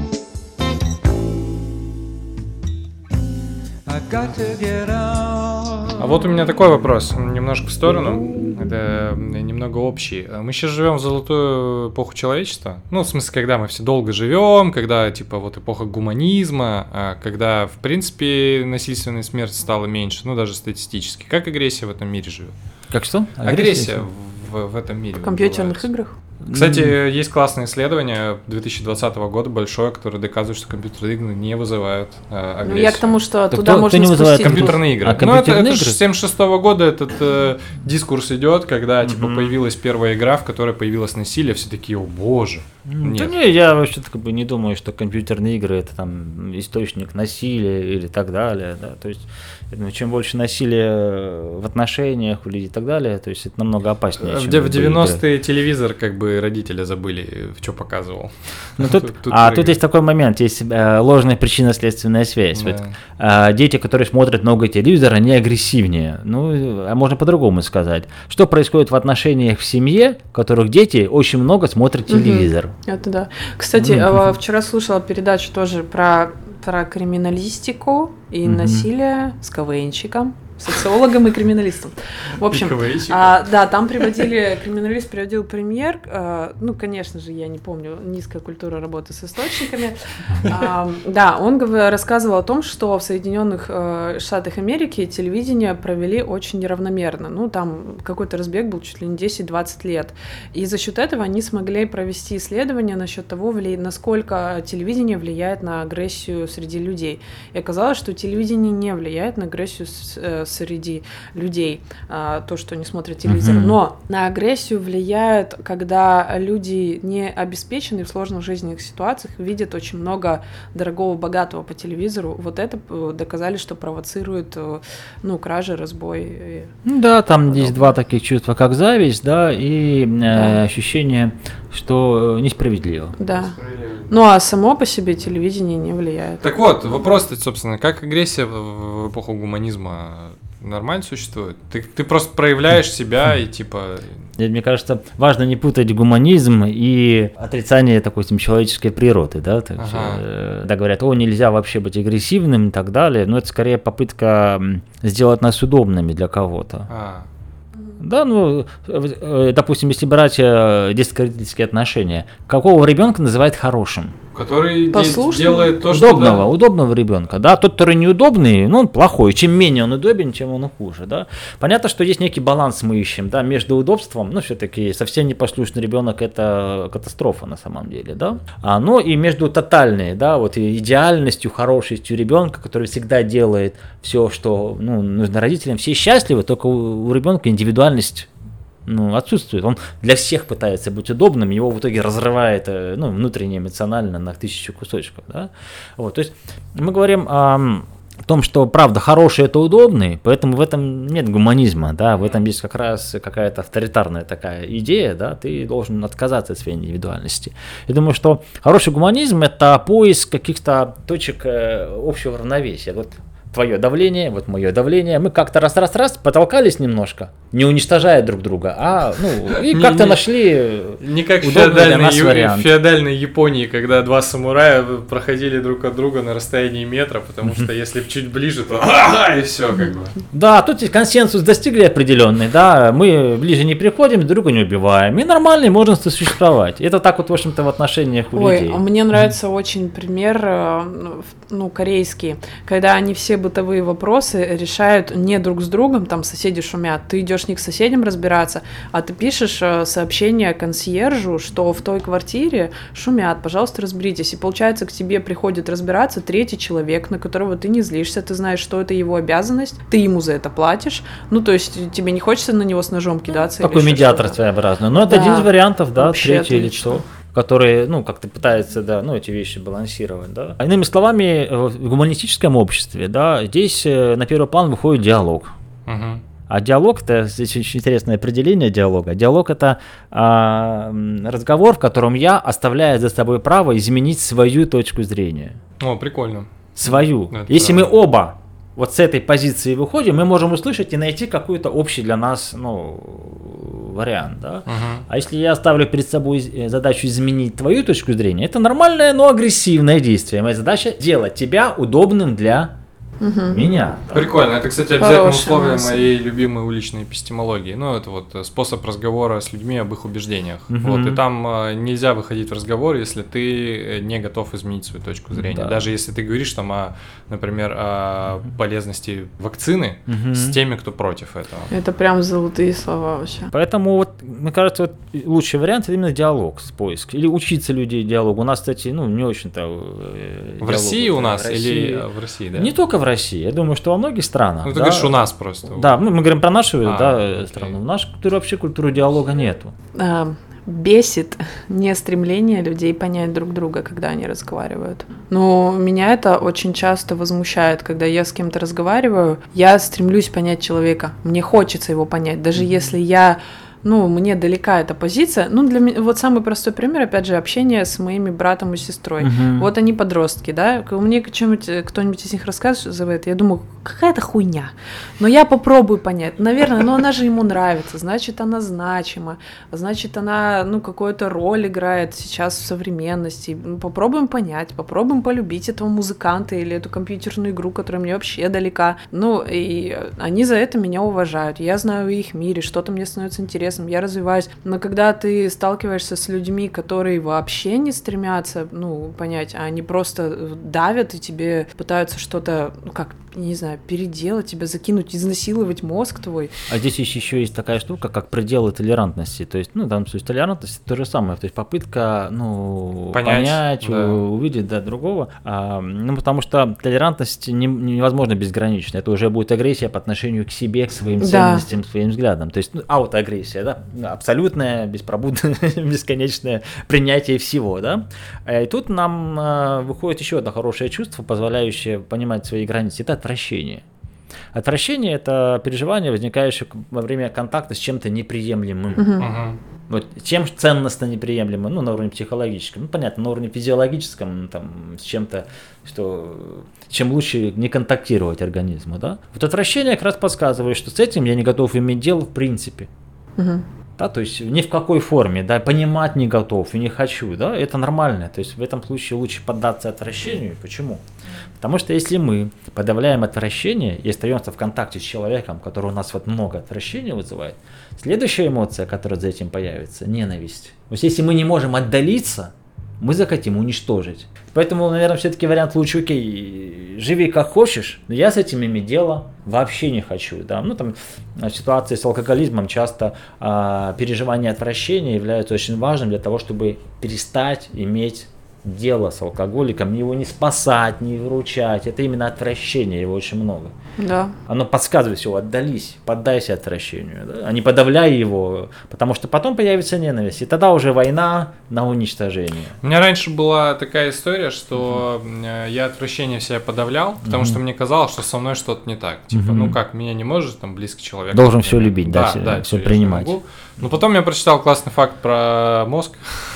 А вот у меня такой вопрос, немножко в сторону, это немного общий. Мы сейчас живем в золотую эпоху человечества, ну, в смысле, когда мы все долго живем, когда, типа, вот эпоха гуманизма, когда, в принципе, насильственной смерти стало меньше, ну, даже статистически. Как агрессия в этом мире живет? Как что? Агрессия, агрессия в, в этом мире. В компьютерных бывает. играх? Кстати, mm-hmm. есть классное исследование две тысячи двадцатого года, большое, которое доказывает, что компьютерные игры не вызывают э, агрессию. Ну, я к тому, что так туда кто, можно кто не вызывает компьютерные игры. А, ну, компьютерные это, игры? это с семьдесят шестого года этот э, дискурс идет, когда, mm-hmm. типа, появилась первая игра, в которой появилось насилие, все такие, о боже. Mm-hmm. Да не, я вообще-то как бы не думаю, что компьютерные игры это там источник насилия или так далее, да, то есть я думаю, чем больше насилия в отношениях у людей и так далее, то есть это намного опаснее. В, в девяностые игры. Телевизор как бы родители забыли, в что показывал. Ну, тут, тут, тут а тут есть такой момент, есть э, ложная причинно-следственная связь. Да. Вот, э, дети, которые смотрят много телевизора, они агрессивнее. Ну, а можно по-другому сказать. Что происходит в отношениях в семье, в которых дети очень много смотрят телевизор? Угу. Это да. Кстати, mm-hmm. вчера слушала передачу тоже про, про криминалистику и mm-hmm. насилие с КВНщиком, социологом и криминалистом. В общем, а, да, там приводили, криминалист приводил пример, а, ну, конечно же, я не помню, низкая культура работы с источниками. А, да, он рассказывал о том, что в Соединенных а, Штатах Америки телевидение провели очень неравномерно. Ну, там какой-то разбег был чуть ли не десять-двадцать лет. И за счет этого они смогли провести исследование насчет того, насколько телевидение влияет на агрессию среди людей. И оказалось, что телевидение не влияет на агрессию с среди людей, а, то, что они смотрят телевизор. Мгм. Но на агрессию влияет, когда люди не обеспечены в сложных жизненных ситуациях, видят очень много дорогого, богатого по телевизору. Вот это э, доказали, что провоцирует, э, ну, кражи, разбой. и- Ну да, там Подобное. есть два таких чувства, как зависть, да, и э, Да. ощущение, что э, несправедливо. Да. Ну, а само по себе телевидение не влияет. Так вот, вопрос-то, собственно, как агрессия в, в эпоху гуманизма нормально существует? Ты, ты просто проявляешь себя и типа... И мне кажется, важно не путать гуманизм и отрицание такой тем, человеческой природы, да, то есть, Ага. э, да, говорят, о, нельзя вообще быть агрессивным и так далее, но это скорее попытка м, сделать нас удобными для кого-то. А, Да, ну, э, э, допустим, если брать э, детско-родительские отношения, какого ребенка называют хорошим? который де- Послушный? делает то, что... Удобного, да. удобного ребенка, да, тот, который неудобный, ну, он плохой, чем менее он удобен, тем он хуже, да. Понятно, что есть некий баланс мы ищем, да, между удобством, ну, все-таки совсем непослушный ребенок это катастрофа на самом деле, да, а, ну, и между тотальной, да, вот и идеальностью, хорошестью ребенка, который всегда делает все, что, ну, нужно родителям, все счастливы, только у, у ребенка индивидуальность, ну, отсутствует. Он для всех пытается быть удобным, его в итоге разрывает, э, ну, внутренне, эмоционально на тысячу кусочков, да. Вот, то есть мы говорим о том, что правда хороший это удобный, поэтому в этом нет гуманизма, да, в этом есть как раз какая-то авторитарная такая идея, да, ты должен отказаться от своей индивидуальности. Я думаю, что хороший гуманизм это поиск каких-то точек э, общего равновесия. Вот твое давление, вот мое давление, мы как-то раз-раз-раз потолкались немножко, не уничтожая друг друга, а, ну, и Не- как-то не- нашли Не как в удобный для феодальной, нас Ю- вариант. в феодальной Японии, когда два самурая проходили друг от друга на расстоянии метра, потому что если б чуть ближе, то «А-а-а!» и все как бы. Да, тут есть консенсус достигли определенный, да, мы ближе не приходим, друг друга не убиваем, и нормально можно сосуществовать. Это так вот, в общем-то, в отношениях у Ой, людей. а мне нравится очень пример, э, ну, корейский, когда они все бытовые вопросы решают не друг с другом, там соседи шумят, ты идешь не к соседям разбираться, а ты пишешь э, сообщение консьержу, что в той квартире шумят, пожалуйста, разберитесь. И получается, к тебе приходит разбираться третий человек, на которого ты не злишься, ты знаешь, что это его обязанность, ты ему за это платишь, ну, то есть тебе не хочется на него с ножом кидаться. Такой или еще медиатор что-то. своеобразный. Но это Да, один из вариантов, да, вообще третье отлично. лицо, который, ну, как-то пытается, да, ну, эти вещи балансировать, да. А иными словами, в гуманистическом обществе, да, здесь э, на первый план выходит диалог. Мгм. А диалог, это здесь очень интересное определение диалога. Диалог это а, м, разговор, в котором я оставляю за собой право изменить свою точку зрения. О, прикольно. Свою. Ну, это Если правда. мы оба вот с этой позиции выходим, мы можем услышать и найти какой-то общий для нас, ну, вариант, да. Мгм. А если я ставлю перед собой э, задачу изменить твою точку зрения, это нормальное, но агрессивное действие. Моя задача сделать тебя удобным для Мгм. меня. Прикольно. Это, кстати, обязательное Хорошая условие мысль. моей любимой уличной эпистемологии. Ну, это вот э, способ разговора с людьми об их убеждениях. Мгм. Вот, и там э, нельзя выходить в разговор, если ты э, не готов изменить свою точку зрения. Да. Даже если ты говоришь там о, например, о полезности вакцины Мгм. с теми, кто против этого. Это прям золотые слова вообще. Поэтому вот, мне кажется, вот лучший вариант это именно диалог, с поиск. Или учиться людей диалогу. У нас, кстати, ну, не очень-то э, В диалог, России вот, у да, нас в России. или э, в России, да? Не только в России, я думаю, что во многих странах. Ну, ты да. говоришь, у нас просто. Да, ну, мы говорим про нашу А, да, окей. страну. В нашей культуре вообще культуры диалога нету. А, бесит не стремление людей понять друг друга, когда они разговаривают. Но меня это очень часто возмущает, когда я с кем-то разговариваю, я стремлюсь понять человека, мне хочется его понять, даже если я, ну, мне далека эта позиция. Ну, для меня, вот самый простой пример, опять же, общение с моими братом и сестрой. Мгм. Вот они подростки, да, мне что-нибудь, кто-нибудь из них рассказывает, я думаю, какая-то хуйня, но я попробую понять, наверное, но она же ему нравится, значит, она значима, значит, она, ну, какую-то роль играет сейчас в современности, Ну, попробуем понять, попробуем полюбить этого музыканта или эту компьютерную игру, которая мне вообще далека, ну, и они за это меня уважают, я знаю в их мире, что-то мне становится интересно интересным, я развиваюсь. Но когда ты сталкиваешься с людьми, которые вообще не стремятся, ну, понять, а они просто давят и тебе пытаются что-то, ну, как, не знаю, переделать, тебя закинуть, изнасиловать мозг твой. А здесь еще есть такая штука, как пределы толерантности. То есть, ну, там, то есть толерантность то же самое, то есть попытка, ну, понять, понять да. увидеть, да, другого. А, ну, потому что толерантность не, невозможно безгранична. Это уже будет агрессия по отношению к себе, к своим ценностям, да. своим взглядам. То есть, ну, аутоагрессия, да, абсолютное, беспробудное, бесконечное принятие всего, да. И тут нам а, выходит еще одно хорошее чувство, позволяющее понимать свои границы. Это отвращение. Отвращение – это переживание, возникающее во время контакта с чем-то неприемлемым. Uh-huh. Uh-huh. Вот, чем ценностно неприемлемым, ну, на уровне психологическом, ну, понятно, на уровне физиологическом, там, с чем-то, что, чем лучше не контактировать организму, да. Вот отвращение как раз подсказывает, что с этим я не готов иметь дело в принципе. Uh-huh. Да, то есть ни в какой форме, да, понимать не готов и не хочу, да, это нормально. То есть в этом случае лучше поддаться отвращению. Почему? Потому что если мы подавляем отвращение и остаемся в контакте с человеком, который у нас вот много отвращения вызывает, следующая эмоция, которая за этим появится, ненависть. То есть если мы не можем отдалиться, мы захотим уничтожить. Поэтому, наверное, все-таки вариант лучше, окей, живи как хочешь, но я с этим иметь дело вообще не хочу. Да? Ну, там, в ситуации с алкоголизмом часто а, переживание отвращения является очень важным для того, чтобы перестать иметь дело с алкоголиком, его не спасать, не выручать. Это именно отвращение, его очень много. Да. Оно подсказывает все, отдались, поддайся отвращению, да? А не подавляй его, потому что потом появится ненависть, и тогда уже война на уничтожение. У меня раньше была такая история, что uh-huh. я отвращение в себя подавлял, потому uh-huh. что мне казалось, что со мной что-то не так. Типа, uh-huh. ну как, меня не может там близкий человек. Должен все любить, да, да, все, да, все принимать. Но потом я прочитал классный факт про мозг,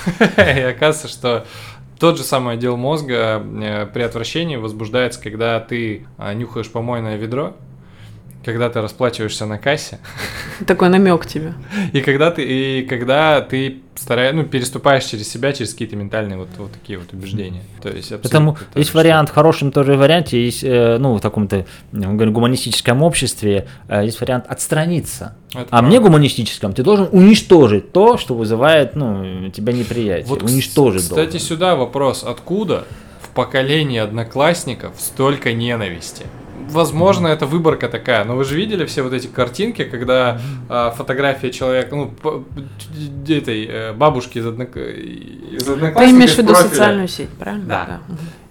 и оказывается, что тот же самый отдел мозга при отвращении возбуждается, когда ты нюхаешь помойное ведро, когда ты расплачиваешься на кассе. Такой намек тебе. И когда ты, и когда ты стараешься, ну, переступаешь через себя, через какие-то ментальные вот, вот такие вот убеждения. То есть Поэтому есть что... вариант, в хорошем тоже варианте, есть, ну, в таком-то гуманистическом обществе, есть вариант отстраниться. Это а правда. Мне гуманистическом ты должен уничтожить то, что вызывает, ну, тебя неприятие. Вот, уничтожить кстати, должен. Сюда вопрос, откуда в поколении одноклассников столько ненависти? Возможно, mm-hmm. это выборка такая, но вы же видели все вот эти картинки, когда mm-hmm. э, фотография человека, ну, по, этой э, бабушки из, однок... из одноклассников. Ты имеешь в виду социальную сеть, правильно? Да. да.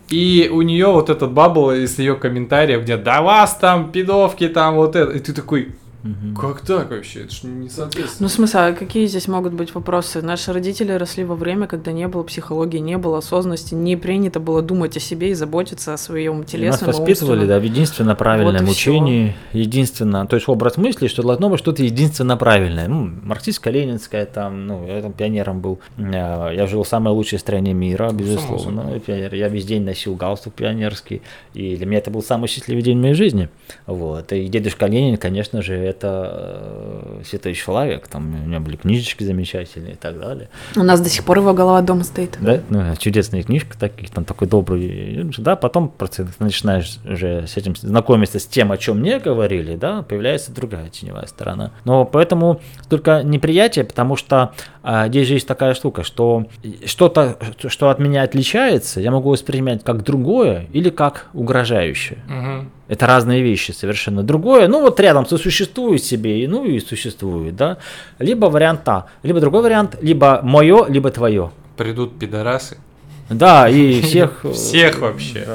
И у нее вот этот бабл из ее комментариев, где да вас там, пидовки там, вот это, и ты такой... Как так вообще? Это же не соответствует. Ну, в смысле, а какие здесь могут быть вопросы? Наши родители росли во время, когда не было психологии, не было осознанности, не принято было думать о себе и заботиться о своем телесном. Нас воспитывали, да, в единственно правильном вот учении, единственно, то есть образ мысли, что должно быть что-то единственно правильное. Ну, марксистско-ленинское, там, ну, я там пионером был, я жил в самой лучшей стране мира, безусловно, пионер. Я весь день носил галстук пионерский, и для меня это был самый счастливый день в моей жизни. Вот, и дедушка Ленин, конечно же, это святой человек, там у меня были книжечки замечательные и так далее. У нас до сих пор его голова дома стоит. Да, ну, чудесная книжка, таких, там такой добрый, да, потом просто начинаешь уже с этим знакомиться с тем, о чем мне говорили, да, появляется другая теневая сторона. Но поэтому только неприятие, потому что а, здесь же есть такая штука, что что-то, что от меня отличается, я могу воспринимать как другое или как угрожающее. Угу. Это разные вещи совершенно. Другое, ну вот рядом сосуществует себе, и ну и существует, да. Либо вариант А, либо другой вариант, либо мое, либо твое. Придут пидорасы. Да, и всех... Всех вообще.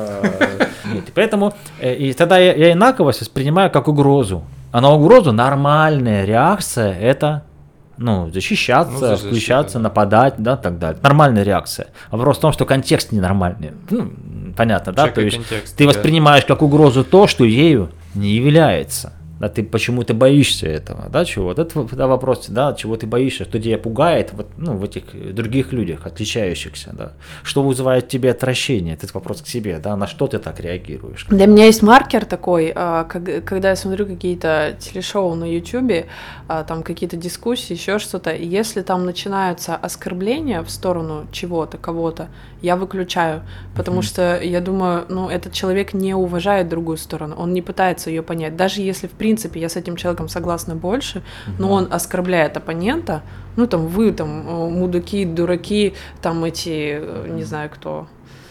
Поэтому, и тогда я инаковость воспринимаю как угрозу. А на угрозу нормальная реакция – это... Ну, защищаться, ну, защита, включаться, да. нападать, да, так далее. Нормальная реакция. Вопрос в том, что контекст ненормальный. Ну, понятно, да? То есть контекст, ты да. воспринимаешь как угрозу то, что ею не является. Да, ты почему-то боишься этого, да, чего? Это, это вопрос, да, чего ты боишься, что тебя пугает вот, ну, в этих других людях, отличающихся, да. Что вызывает в тебе отвращение? Это вопрос к себе, да, на что ты так реагируешь? Для меня есть маркер такой, когда я смотрю какие-то телешоу на Ютубе, там какие-то дискуссии, еще что-то, и если там начинаются оскорбления в сторону чего-то, кого-то, я выключаю, потому mm-hmm. что я думаю, ну, этот человек не уважает другую сторону, он не пытается ее понять, даже если в принципе принципе, я с этим человеком согласна больше, но он оскорбляет оппонента, ну, там, вы, там, мудаки, дураки, там, эти, не знаю, кто...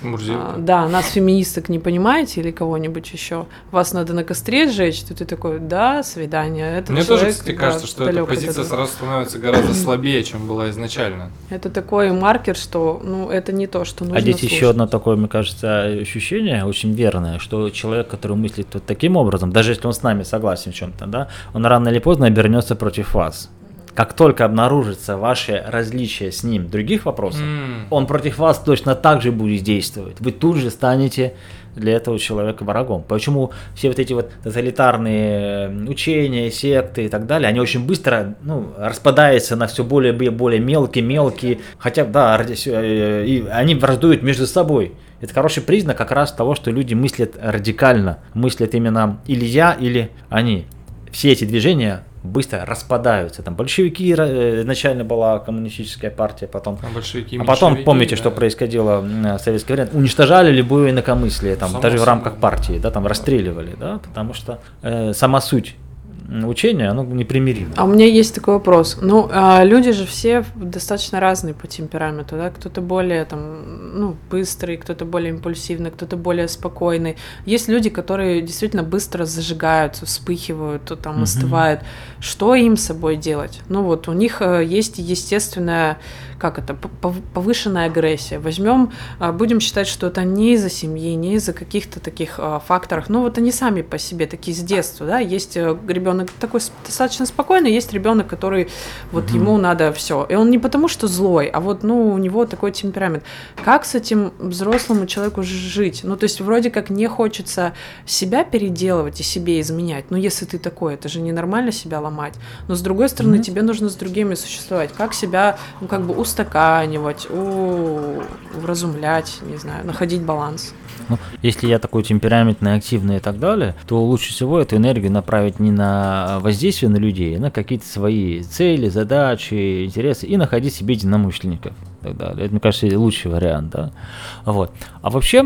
А, да, нас, феминисток, не понимаете или кого-нибудь еще, вас надо на костре сжечь, то ты такой, да, свидание. Этот Мне человек, тоже, кстати, да, кажется, что эта позиция этого. сразу становится гораздо слабее, чем была изначально. Это такой маркер, что, ну, это не то, что нужно А здесь слушать. еще одно такое, мне кажется, ощущение очень верное, что человек, который мыслит вот таким образом, даже если он с нами согласен в чем-то, да, он рано или поздно обернется против вас. Как только обнаружится ваше различие с ним в других вопросах, mm. он против вас точно так же будет действовать. Вы тут же станете для этого человека врагом. Почему все вот эти вот тоталитарные учения, секты и так далее, они очень быстро, ну, распадаются на все более и более мелкие-мелкие, хотя, да, и они враждуют между собой. Это хороший признак как раз того, что люди мыслят радикально, мыслят именно или я, или они. Все эти движения быстро распадаются. Там большевики, изначально была коммунистическая партия, потом, а, большевики, а потом помните, да. что происходило в советское время, уничтожали любое инакомыслие, там, даже в рамках партии, да, там расстреливали, да, потому что э, сама суть учения, оно непримиримо. А у меня есть такой вопрос. Ну, а люди же все достаточно разные по темпераменту, да? Кто-то более там, ну, быстрый, кто-то более импульсивный, кто-то более спокойный. Есть люди, которые действительно быстро зажигаются, вспыхивают, то там остывают. Uh-huh. Что им с собой делать? Ну вот у них есть естественная, как это, повышенная агрессия. Возьмем, будем считать, что это не из-за семьи, не из-за каких-то таких факторов. Ну вот они сами по себе такие с детства, да? Есть ребенок такой достаточно спокойный, есть ребенок, который вот mm-hmm. ему надо все. И он не потому, что злой, а вот, ну, у него такой темперамент. Как с этим взрослому человеку жить? Ну, то есть вроде как не хочется себя переделывать и себе изменять. Ну, если ты такой, это же ненормально себя ломать. Но с другой стороны, mm-hmm. тебе нужно с другими существовать. Как себя, ну, как бы устаканивать, у... вразумлять, не знаю, находить баланс. Ну, если я такой темпераментный, активный и так далее, то лучше всего эту энергию направить не на воздействие на людей, а на какие-то свои цели, задачи, интересы и находить себе единомышленников. И так далее. Это, мне кажется, лучший вариант. Да? Вот. А вообще,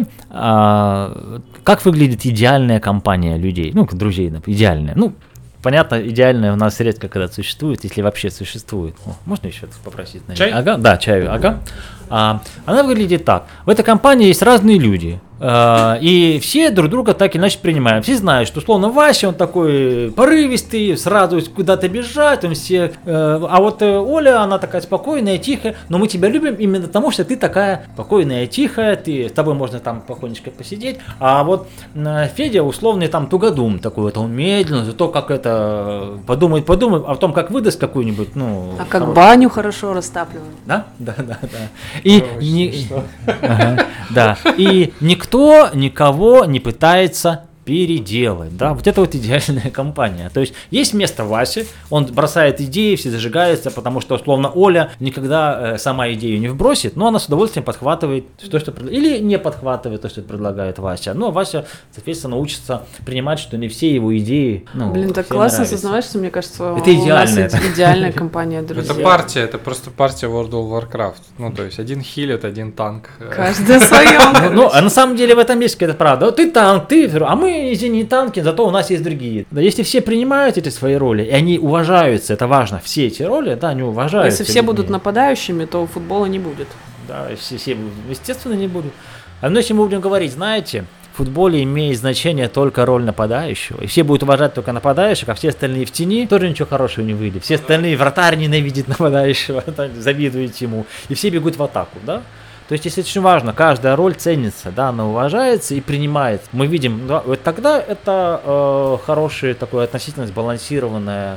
а, как выглядит идеальная компания людей? Ну, друзей, например, идеальная. Ну, понятно, идеальная у нас редко когда существует, если вообще существует. О, можно еще попросить? Наверное? Чай? Ага, да, чаю, ага. А, она выглядит так. В этой компании есть разные люди. Uh, и все друг друга так или иначе принимают. Все знают, что условно Вася, он такой порывистый, сразу куда-то бежать, он все... Uh, а вот uh, Оля, она такая спокойная, тихая, но мы тебя любим именно потому, что ты такая спокойная, тихая, ты, с тобой можно там спокойненько посидеть. А вот uh, Федя условный там тугодум такой, вот он медленно, зато как это подумает, подумает, а потом как выдаст какую-нибудь, ну... А как хорошую... баню хорошо растапливает. Да? Да, да, да. И... Не... Ага, да. И никто Никто никого не пытается переделать, да, вот это вот идеальная компания. То есть есть место Васе, он бросает идеи, все зажигаются, потому что условно Оля никогда э, сама идею не вбросит, но она с удовольствием подхватывает то, что или не подхватывает то, что предлагает Вася. Но Вася, соответственно, учится принимать, что не все его идеи. Ну, блин, так классно нравятся. Осознавать, что мне кажется, это идеальная, у нас идеальная компания друзей. Это партия, это просто партия World of Warcraft. Ну, то есть один хилит, один танк. Каждый своем. Ну, а на самом деле в этом есть какая-то правда. Ты танк, ты, а мы извини, не танки, зато у нас есть другие. Да, если все принимают эти свои роли, и они уважаются, это важно, все эти роли, да, они уважаются. Если все людьми. Будут нападающими, то футбола не будет. Да, все, все естественно, не будут. А ну, если мы будем говорить, знаете, в футболе имеет значение только роль нападающего, и все будут уважать только нападающих, а все остальные в тени, тоже ничего хорошего не выйдет. Все остальные вратарь ненавидит нападающего, завидует ему, и все бегут в атаку, да? То есть, если очень важно, каждая роль ценится, да, она уважается и принимается. Мы видим, да, вот тогда это э, хорошая, такая относительно сбалансированная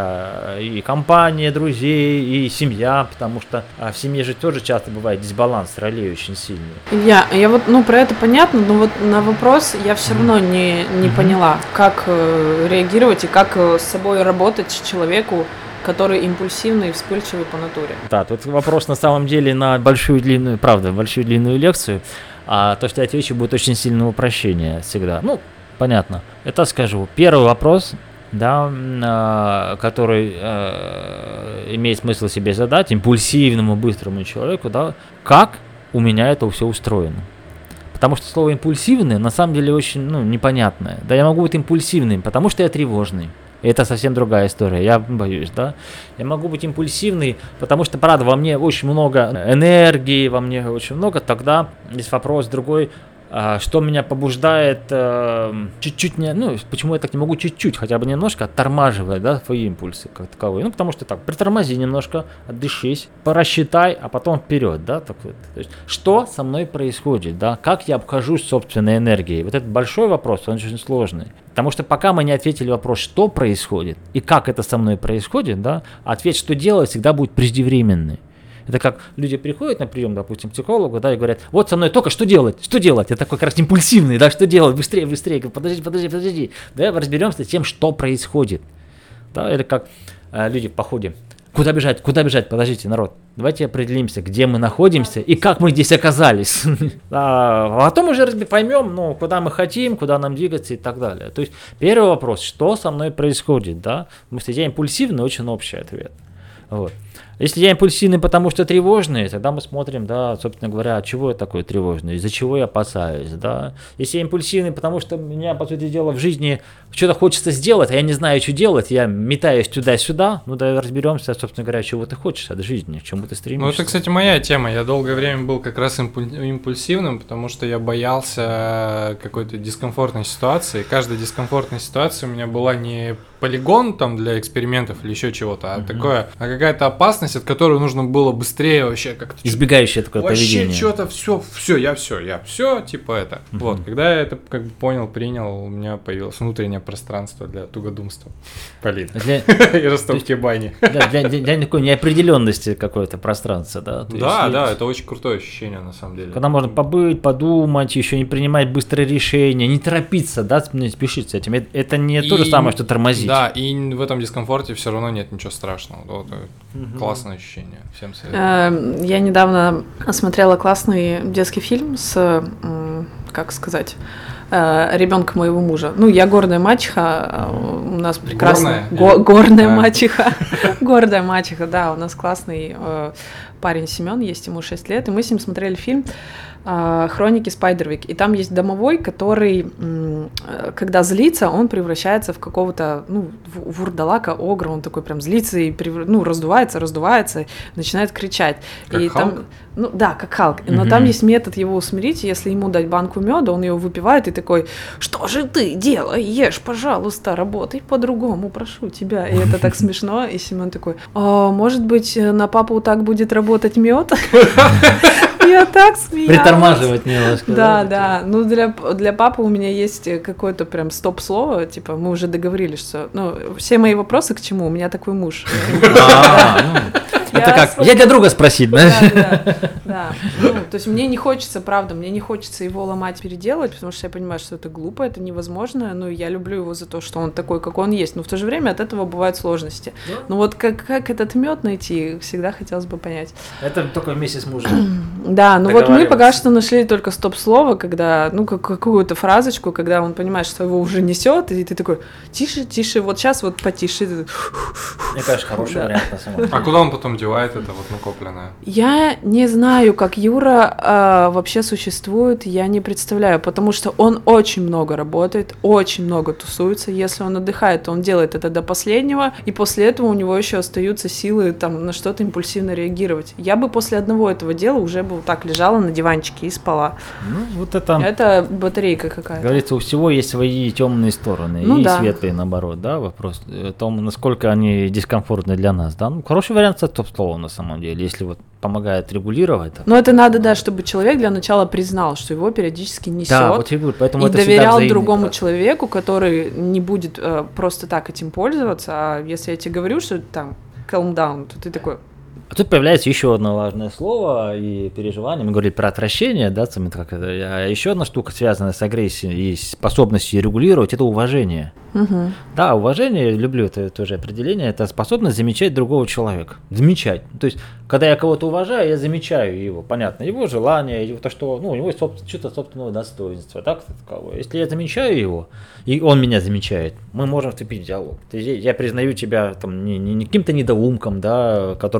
э, и компания друзей, и семья, потому что э, в семье же тоже часто бывает дисбаланс ролей очень сильный. Илья, я вот, ну, про это понятно, но вот на вопрос я все равно не, не mm-hmm. поняла, как э, реагировать и как э, с собой работать человеку, который импульсивный и вспыльчивый по натуре. Да, тут вопрос на самом деле на большую длинную, правда, большую длинную лекцию, а то, что я отвечу, будет очень сильное упрощение всегда. Ну, понятно. Это скажу. Первый вопрос, да, который э, имеет смысл себе задать импульсивному, быстрому человеку, да, как у меня это все устроено. Потому что слово импульсивный на самом деле очень, ну, непонятное. Да, я могу быть импульсивным, потому что я тревожный. это совсем другая история, я боюсь, да. Я могу быть импульсивный, потому что, правда, во мне очень много энергии, во мне очень много, тогда есть вопрос другой, что меня побуждает э, чуть-чуть, не, ну, почему я так не могу чуть-чуть, хотя бы немножко оттормаживать, да, свои импульсы как таковые. Ну, потому что так, притормози немножко, отдышись, порасчитай, а потом вперед, да. Так вот. То есть, что со мной происходит, да, как я обхожусь собственной энергией. Вот этот большой вопрос, он очень сложный. Потому что пока мы не ответили вопрос, что происходит и как это со мной происходит, да, ответ, что делать, всегда будет преждевременный. Это как люди приходят на прием, допустим, к психологу, да, и говорят, вот со мной только что делать, что делать? Я такой как раз импульсивный, да, что делать, быстрее, быстрее, подожди, подожди, подожди. Давай разберемся с тем, что происходит. Да, или как э, люди в походе. Куда бежать, куда бежать, подождите, народ. Давайте определимся, где мы находимся и как мы здесь оказались. А потом уже поймем, ну, куда мы хотим, куда нам двигаться и так далее. То есть первый вопрос, что со мной происходит, да? Потому что я импульсивный, очень общий ответ. Вот. Если я импульсивный, потому что тревожный, тогда мы смотрим, да, собственно говоря, от чего я такой тревожный, из-за чего я опасаюсь, да. Если я импульсивный, потому что меня, по сути дела, в жизни что-то хочется сделать, а я не знаю, что делать, я метаюсь туда-сюда, ну да, разберемся, собственно говоря, чего ты хочешь от жизни, к чему ты стремишься. Ну, это, кстати, моя тема. Я долгое время был как раз импульсивным, потому что я боялся какой-то дискомфортной ситуации. Каждая дискомфортная ситуация у меня была не полигон там для экспериментов или еще чего-то, а uh-huh. такое, а какая-то опасность, от которой нужно было быстрее вообще как-то... Избегающее такое вообще поведение. Вообще что-то, все, все, я все, я все, типа это. Uh-huh. Вот, когда я это как бы понял, принял, у меня появилось внутреннее пространство для тугодумства. Полин. И ростовки бани. Для такой неопределенности какое-то пространство, да? Да, да, это очень крутое ощущение на самом деле. Когда можно побыть, подумать, еще не принимать быстрые решения, не торопиться, да, не спешить с этим. Это не то же самое, что тормозить. Да, и в этом дискомфорте все равно нет ничего страшного. Вот, угу. Классное ощущение. Всем советую. Я недавно смотрела классный детский фильм с, как сказать, ребенка моего мужа. Ну, я гордая мачеха, у нас прекрасная... Горная? Го- горная да. мачеха. Гордая мачеха, да, у нас классный парень Семен, есть ему шесть лет, и мы с ним смотрели фильм «Хроники Спайдервик». И там есть домовой, который, когда злится, он превращается в какого-то, ну, вурдалака, огра, он такой прям злится и, ну, раздувается, раздувается, начинает кричать. Как и Халк? Там, ну, да, как Халк. Но Mm-hmm. там есть метод его усмирить, если ему дать банку меда, он ее выпивает и такой, что же ты делаешь, пожалуйста, работай по-другому, прошу тебя. И это так смешно. И Семен такой, может быть, на папу так будет работать мед? Я так смеялась. Притормаживать немножко. Да, да. Ну, для, для папы у меня есть какое-то прям стоп-слово. Типа, мы уже договорились, что... Ну, все мои вопросы к чему? У меня такой муж. Это как? Я для друга спросить, да? Да, да. Ну, то есть мне не хочется, правда, мне не хочется его ломать, переделывать, потому что я понимаю, что это глупо, это невозможно. Ну, я люблю его за то, что он такой, как он есть. Но в то же время от этого бывают сложности. Ну, вот как, как этот мед найти, всегда хотелось бы понять. Это только вместе с мужем. Да, ну вот мы пока что нашли только стоп-слово, когда, ну, как, какую-то фразочку, когда он понимает, что его уже несет, и ты такой, тише, тише, вот сейчас вот потише. Мне кажется, хороший вариант на самом деле. А куда он потом девает это вот накопленное? Я не знаю, как Юра э, вообще существует, я не представляю, потому что он очень много работает, очень много тусуется. Если он отдыхает, то он делает это до последнего, и после этого у него еще остаются силы там на что-то импульсивно реагировать. Я бы после одного этого дела уже бы вот так лежала на диванчике и спала. Ну, вот это... Это батарейка какая-то. Говорится, у всего есть свои темные стороны, ну, и да. светлые, наоборот, да, вопрос о том, насколько они дискомфортны для нас, да. Ну, хороший вариант это топ-слово на самом деле, если вот помогает регулировать. Но это надо, да, чтобы человек для начала признал, что его периодически несет, да, вот я говорю, поэтому и это доверял другому процесс. человеку, который не будет э, просто так этим пользоваться, а если я тебе говорю, что там calm down, то ты такой... А тут появляется еще одно важное слово и переживание. Мы говорили про отвращение, да, как это. А еще одна штука, связанная с агрессией и способностью регулировать, это уважение. Угу. Да, уважение, люблю это тоже определение, это способность замечать другого человека. Замечать. То есть, когда я кого-то уважаю, я замечаю его, понятно, его желание, его то, что, ну, у него есть что-то собственного достоинства, так, таковое. Если я замечаю его, и он меня замечает, мы можем вступить в диалог. То есть, я признаю тебя там не, не, не каким-то недоумком, да, которого надо переделать,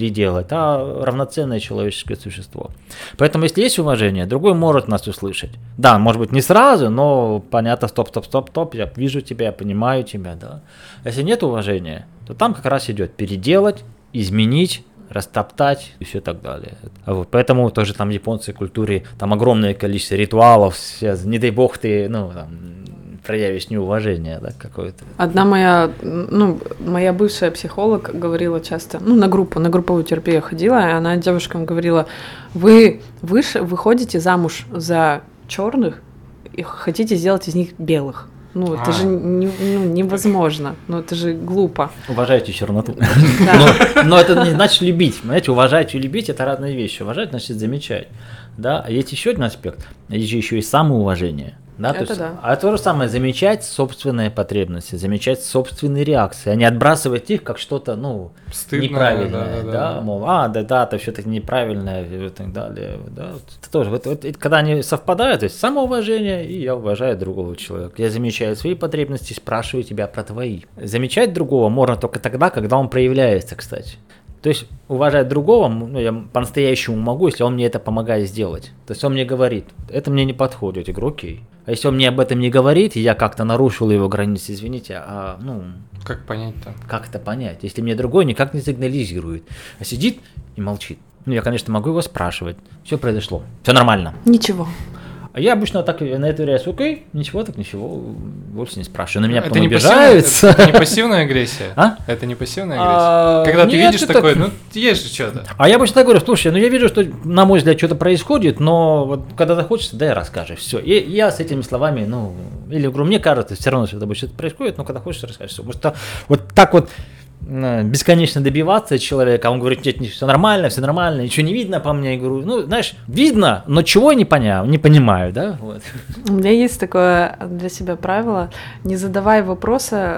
переделать, а равноценное человеческое существо. Поэтому, если есть уважение, другой может нас услышать. Да, может быть, не сразу, но понятно, стоп, стоп, стоп, стоп, я вижу тебя, я понимаю тебя, да. Если нет уважения, то там как раз идет переделать, изменить, растоптать и все так далее. Вот, поэтому тоже там в японской культуре там огромное количество ритуалов, не дай бог ты, ну, там, проявишь неуважение, да, какое-то. Одна моя, ну, моя бывшая психолог говорила часто, ну, на группу, на групповую терапию ходила, и она девушкам говорила, вы выше выходите замуж за черных и хотите сделать из них белых. Ну, это а. же не, ну, невозможно. Ну, это же глупо. Уважайте черноту. но, но это не значит любить. Понимаете, уважать и любить – это разные вещи. Уважать значит замечать. Да? А есть еще один аспект. Есть же еще и самоуважение. Да, это то есть, да. А то же самое, замечать собственные потребности, замечать собственные реакции, а не отбрасывать их как что-то, ну, стыдное, неправильное, да, да, да, да. мол, а, да, да, это все-таки неправильное и так далее, да, это тоже, вот, вот, когда они совпадают, то есть самоуважение, и я уважаю другого человека, я замечаю свои потребности, спрашиваю тебя про твои. Замечать другого можно только тогда, когда он проявляется, кстати. То есть уважать другого, ну, я по-настоящему могу, если он мне это помогает сделать. То есть он мне говорит, это мне не подходит, я говорю, окей. А если он мне об этом не говорит, и я как-то нарушил его границы, извините, а, ну... Как понять-то? Как это понять, если мне другой никак не сигнализирует, а сидит и молчит? Ну, я, конечно, могу его спрашивать, что произошло, все нормально. Ничего. А я обычно так на эту реакцию, окей, ничего, так ничего, больше не спрашиваю. На меня это потом не обижаются. Это, это не пассивная агрессия? А? Это не пассивная А, агрессия? Когда ты нет, видишь это... такое, ну, есть же что-то. А я обычно так говорю, слушай, ну я вижу, что, на мой взгляд, что-то происходит, но вот когда захочется, да, расскажешь, все. И я с этими словами, ну, или говорю, мне кажется, все равно что-то что-то происходит, но когда хочешь, расскажешь все. Потому что вот так вот бесконечно добиваться человека, а он говорит, нет, все нормально, все нормально, ничего не видно по мне, я говорю, ну, знаешь, видно, но чего не понял, не понимаю, да, вот. У меня есть такое для себя правило, не задавай вопроса,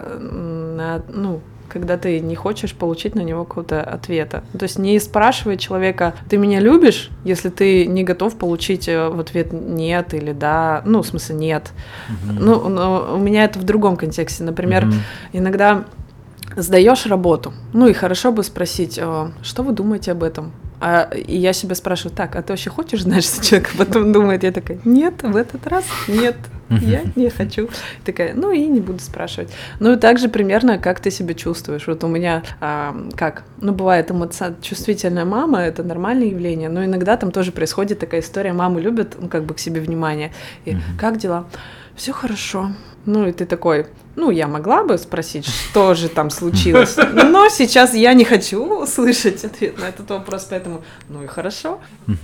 ну, когда ты не хочешь получить на него какого-то ответа. То есть не спрашивай человека, ты меня любишь, если ты не готов получить в ответ нет или да, ну, в смысле нет. Mm-hmm. Ну, но у меня это в другом контексте. Например, mm-hmm. иногда сдаешь работу, ну и хорошо бы спросить, что вы думаете об этом? А, и я себя спрашиваю, так, а ты вообще хочешь знать, что человек потом думает? Я такая, нет, в этот раз нет, я не хочу. Такая, ну и не буду спрашивать. Ну и также примерно, как ты себя чувствуешь. Вот у меня, а, как, ну бывает эмоционально чувствительная мама, это нормальное явление, но иногда там тоже происходит такая история, мамы любят, ну как бы к себе внимание. И как дела? Все хорошо. Ну и ты такой, ну я могла бы спросить, что же там случилось, но сейчас я не хочу услышать ответ на этот вопрос, поэтому, ну и хорошо.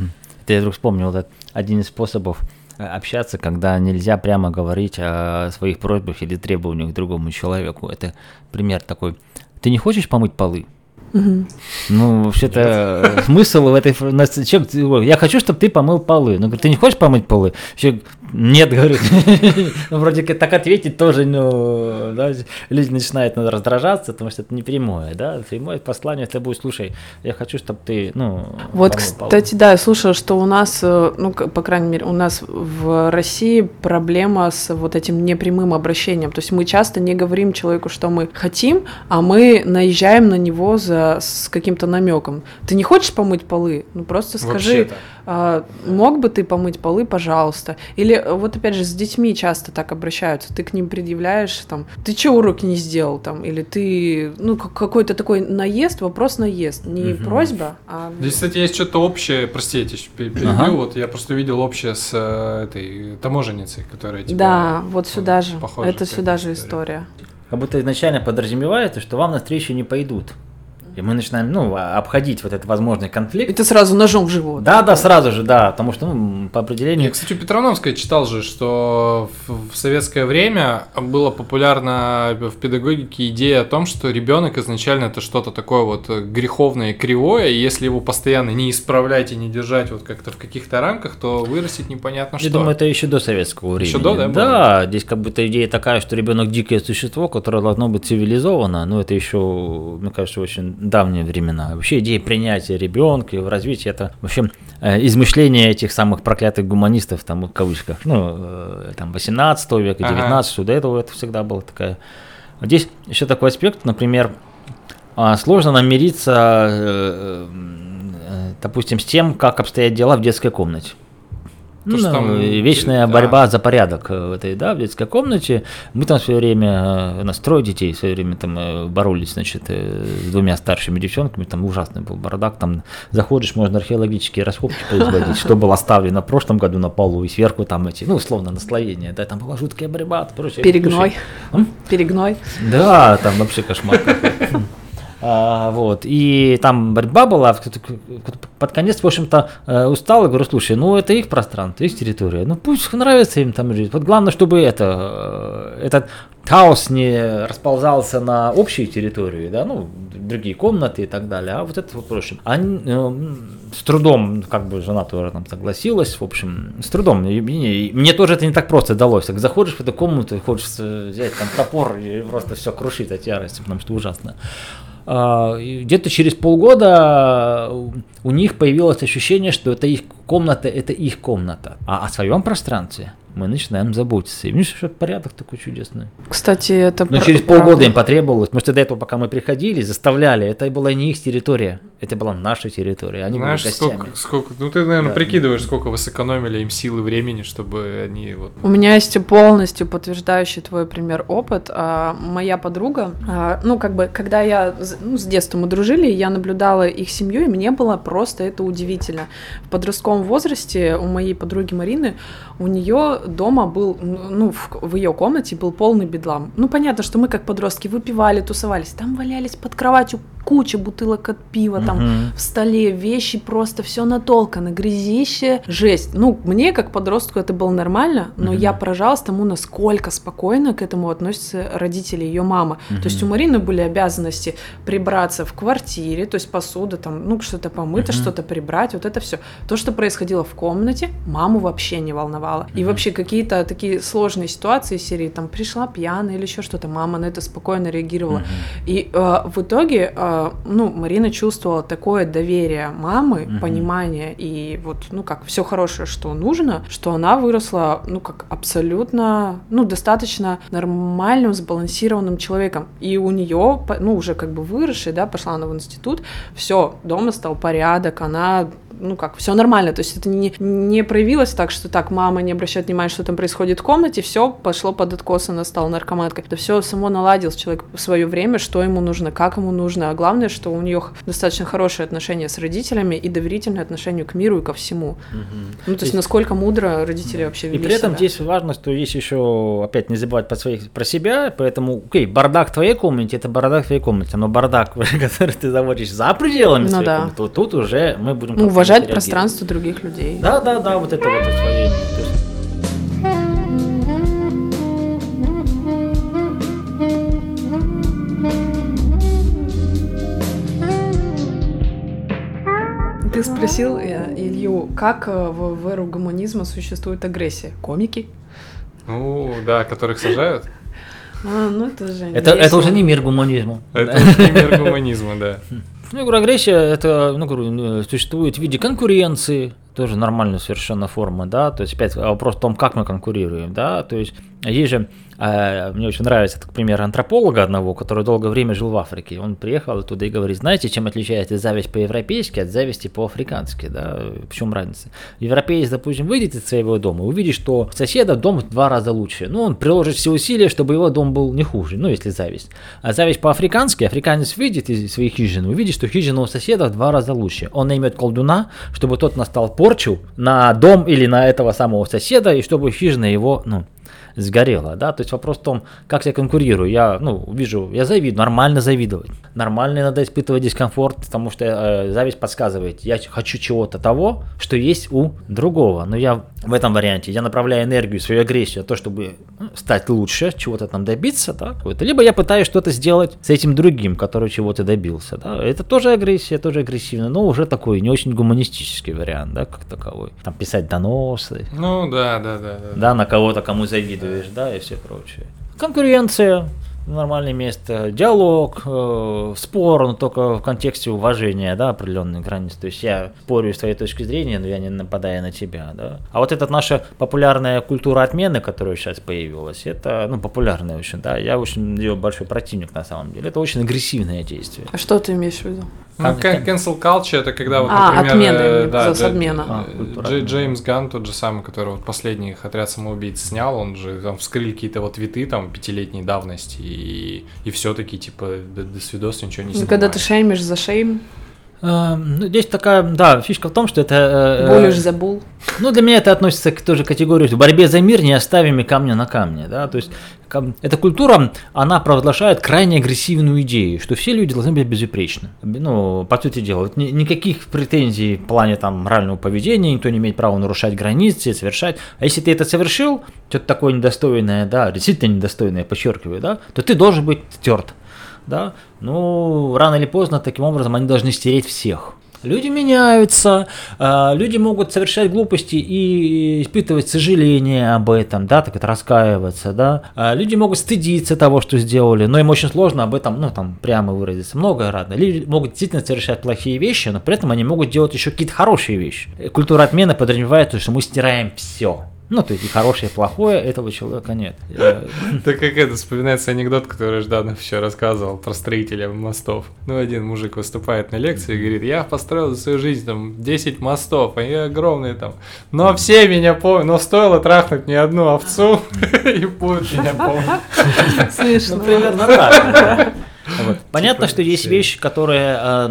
Ты вдруг вспомнил вот один из способов общаться, когда нельзя прямо говорить о своих просьбах или требованиях к другому человеку. Это пример такой. Ты не хочешь помыть полы? Угу. Ну, вообще-то смысл в этой фразе, я хочу, чтобы ты помыл полы. Ну, ты не хочешь помыть полы? Человек, нет, говорит. Ну, вроде как так ответить тоже, ну, да, люди начинают раздражаться, потому что это не прямое, да, прямое послание, это будет, слушай, я хочу, чтобы ты, ну, вот, кстати, полы. Да, я слушала, что у нас, ну, по крайней мере, у нас в России проблема с вот этим непрямым обращением, то есть мы часто не говорим человеку, что мы хотим, а мы наезжаем на него за с каким-то намеком. Ты не хочешь помыть полы? Ну просто скажи, а, мог бы ты помыть полы, пожалуйста? Или вот опять же с детьми часто так обращаются. Ты к ним предъявляешь, там, ты че уроки не сделал, там, или ты, ну какой-то такой наезд, вопрос наезд, не угу. просьба, а. Здесь, кстати, есть что-то общее, простите, перебью, ага. вот я просто видел общее с этой таможенницей, которая тебя. Да, вот сюда же, похоже, это сюда же история. Как будто изначально подразумевается, что вам навстречу не пойдут. И мы начинаем, ну, обходить вот этот возможный конфликт. И ты сразу ножом в живот. Да, да, сразу же, да, потому что, ну, по определению... Я, кстати, у Петрановской читал же, что в, в советское время было популярно в педагогике идея о том, что ребенок изначально это что-то такое вот греховное и кривое, и если его постоянно не исправлять и не держать вот как-то в каких-то рамках, то вырастет непонятно что. Я думаю, это еще до советского времени. Еще до, да? Да, было? Здесь как будто идея такая, что ребенок дикое существо, которое должно быть цивилизовано, но это еще, мне кажется, очень давние времена. Вообще идея принятия ребенка и его развития, это вообще э, измышление этих самых проклятых гуманистов, там, в кавычках, ну, э, там, восемнадцатого века, девятнадцатого, ага. до этого это всегда была такая. Здесь еще такой аспект, например, а сложно нам мириться, допустим, с тем, как обстоят дела в детской комнате. Ну, То, там, вечная да. борьба за порядок в этой, да, в детской комнате. Мы там в свое время, у нас трое детей, в свое время там боролись, значит, с двумя старшими девчонками, там ужасный был бардак, там заходишь, можно археологические раскопки производить, что было оставлено в прошлом году на полу, и сверху там эти, ну, условно, наслоение, да, там была жуткая борьба, прочее. Перегной. Перегной. Да, там вообще кошмар. А, вот, и там борьба была, под конец, в общем-то, устал и говорю, слушай, ну это их пространство, их территория, ну пусть нравится им там жить, вот главное, чтобы это, этот хаос не расползался на общую территорию, да, ну, другие комнаты и так далее, а вот это вот проще. Они э, с трудом, как бы жена тоже там согласилась, в общем, с трудом, и, и, и, мне тоже это не так просто далось, так заходишь в эту комнату и хочется взять там топор и просто все крушить от ярости, потому что ужасно. Где-то через полгода у них появилось ощущение, что это их комната, это их комната, а о своем пространстве мы начинаем заботиться. И видишь, что порядок такой чудесный. Кстати, это... Но через полгода им потребовалось, потому что до этого, пока мы приходили, заставляли, это была не их территория, это была наша территория, они Знаешь, были гостями. сколько, сколько, ну ты, наверное, Да. прикидываешь, сколько вы сэкономили им сил и времени, чтобы они вот... У меня есть полностью подтверждающий твой пример опыт. А, моя подруга, а, ну, как бы, когда я, ну, с детства мы дружили, я наблюдала их семью, и мне было просто это удивительно. В подростковом возрасте у моей подруги Марины, у нее дома был, ну, в, в ее комнате был полный бедлам. Ну, понятно, что мы, как подростки, выпивали, тусовались, там валялись под кроватью куча бутылок от пива, там Мгм. в столе вещи, просто все натолкано, грязище, жесть. Ну, мне, как подростку, это было нормально, но Мгм. я поражалась тому, насколько спокойно к этому относятся родители ее мама. То есть у Марины были обязанности прибраться в квартире, то есть посуда, там, ну, что-то помыто, Мгм. что-то прибрать, вот это все. То, что происходило в комнате, маму вообще не волновало. И вообще какие-то такие сложные ситуации из серии, там, пришла пьяная или еще что-то, мама на это спокойно реагировала. Мгм. И э, в итоге, э, ну, Марина чувствовала такое доверие мамы, Мгм. понимание и вот, ну, как все хорошее, что нужно, что она выросла, ну, как абсолютно, ну, достаточно нормальным, сбалансированным человеком. И у нее, ну, уже как бы выросшая, да, пошла она в институт, все, дома стал порядок, она, ну, как, все нормально, то есть это не, не проявилось так, что так, мама не обращает внимания, что там происходит в комнате, все пошло под откос, она стала наркоманкой. Это все само наладил человек в свое время, что ему нужно, как ему нужно, а главное, что у нее достаточно хорошие отношения с родителями и доверительное отношение к миру и ко всему. Мгм. Ну, то есть насколько мудро родители вообще И вели при этом себя. здесь важно, что есть еще, опять не забывать про, своих, про себя, поэтому, окей, бардак в твоей комнате, это бардак в твоей комнате, но бардак, который ты заводишь за пределами Ну своей да. комнаты, вот тут уже мы будем... Ну, как-то уважать реагировать. пространство других людей. Да, да, да, вот это вот освоение. То есть Ты спросил э, Илью, как э, в, в эру гуманизма существует агрессия? Комики? Ну, да, которых сажают. А, ну это же Это, это весело. уже не мир гуманизма. Это уже мир гуманизма, да. Ну, я говорю, агрессия, это, ну, говорю, существует в виде конкуренции, тоже нормальная совершенно форма, да, то есть опять вопрос в том, как мы конкурируем, да, то есть есть же, э, мне очень нравится, так, пример антрополога одного, который долгое время жил в Африке, он приехал оттуда и говорит, знаете, чем отличается зависть по-европейски от зависти по-африкански, да, в чем разница? Европеец, допустим, выйдет из своего дома, увидит, что соседа дом в два раза лучше, ну, он приложит все усилия, чтобы его дом был не хуже, ну, если зависть, а зависть по-африкански, африканец выйдет из своей хижины, увидит, что хижина у соседа в два раза лучше, он наймет колдуна, чтобы тот настал порчу на дом или на этого самого соседа, и чтобы хижина его, ну, сгорела, да, то есть вопрос в том, как я конкурирую, я, ну, вижу, я завидую, нормально завидовать, нормально надо испытывать дискомфорт, потому что э, зависть подсказывает, я хочу чего-то того, что есть у другого, но я в этом варианте, я направляю энергию, свою агрессию, то, чтобы ну, стать лучше, чего-то там добиться, да, какой-то. Либо я пытаюсь что-то сделать с этим другим, который чего-то добился, да, это тоже агрессия, тоже агрессивно, но уже такой не очень гуманистический вариант, да, как таковой, там писать доносы, Ну, да, да, да. да. да, на кого-то, кому завидуешь, да, и все прочее. Конкуренция, нормальное место, диалог, э, спор, но только в контексте уважения, да, определенных границ. То есть я спорю с твоей точки зрения, но я не нападаю на тебя, да. А вот эта наша популярная культура отмены, которая сейчас появилась, это, ну, популярная очень, да, я очень ее большой противник на самом деле. Это очень агрессивное действие. А что ты имеешь в виду? Ну, cancel culture это когда вот, а, например, отмена, э, да, Джей, отмена. А, Джей, Джеймс Ганн, тот же самый, который вот последний «Отряд самоубийц» снял, он же там вскрыли какие-то вот твиты там пятилетней давности, и, и все-таки типа до, до свидос ничего не снимает. Когда ты шеймишь за шейм. Uh, ну, здесь такая, да, фишка в том, что это... Uh, Булишь за бул. Ну, для меня это относится к той же категории, в борьбе за мир не оставим и камня на камне, да, то есть эта культура, она провозглашает крайне агрессивную идею, что все люди должны быть безупречны. Ну, по сути дела, вот ни, никаких претензий в плане там морального поведения, никто не имеет права нарушать границы, совершать, а если ты это совершил, что-то такое недостойное, да, действительно недостойное, подчеркиваю, да, то ты должен быть стерт. Да? Ну, рано или поздно, таким образом, они должны стереть всех. Люди меняются, люди могут совершать глупости и испытывать сожаление об этом, да, так это раскаиваться, да. Люди могут стыдиться того, что сделали, но им очень сложно об этом, ну, там, прямо выразиться. Многое разное. Люди могут действительно совершать плохие вещи, но при этом они могут делать еще какие-то хорошие вещи. Культура отмены подразумевает, что мы стираем все. Ну, то есть и хорошее, и плохое, этого человека нет. Так как это, вспоминается анекдот, который Жданов еще рассказывал про строителя мостов. Ну, один мужик выступает на лекции и говорит: я построил за свою жизнь там десять мостов, они огромные там, но все меня помнят, но стоило трахнуть не одну овцу, и будут меня помнить. Смешно. Ну, примерно так. Вот. Понятно, что есть вещи, которые,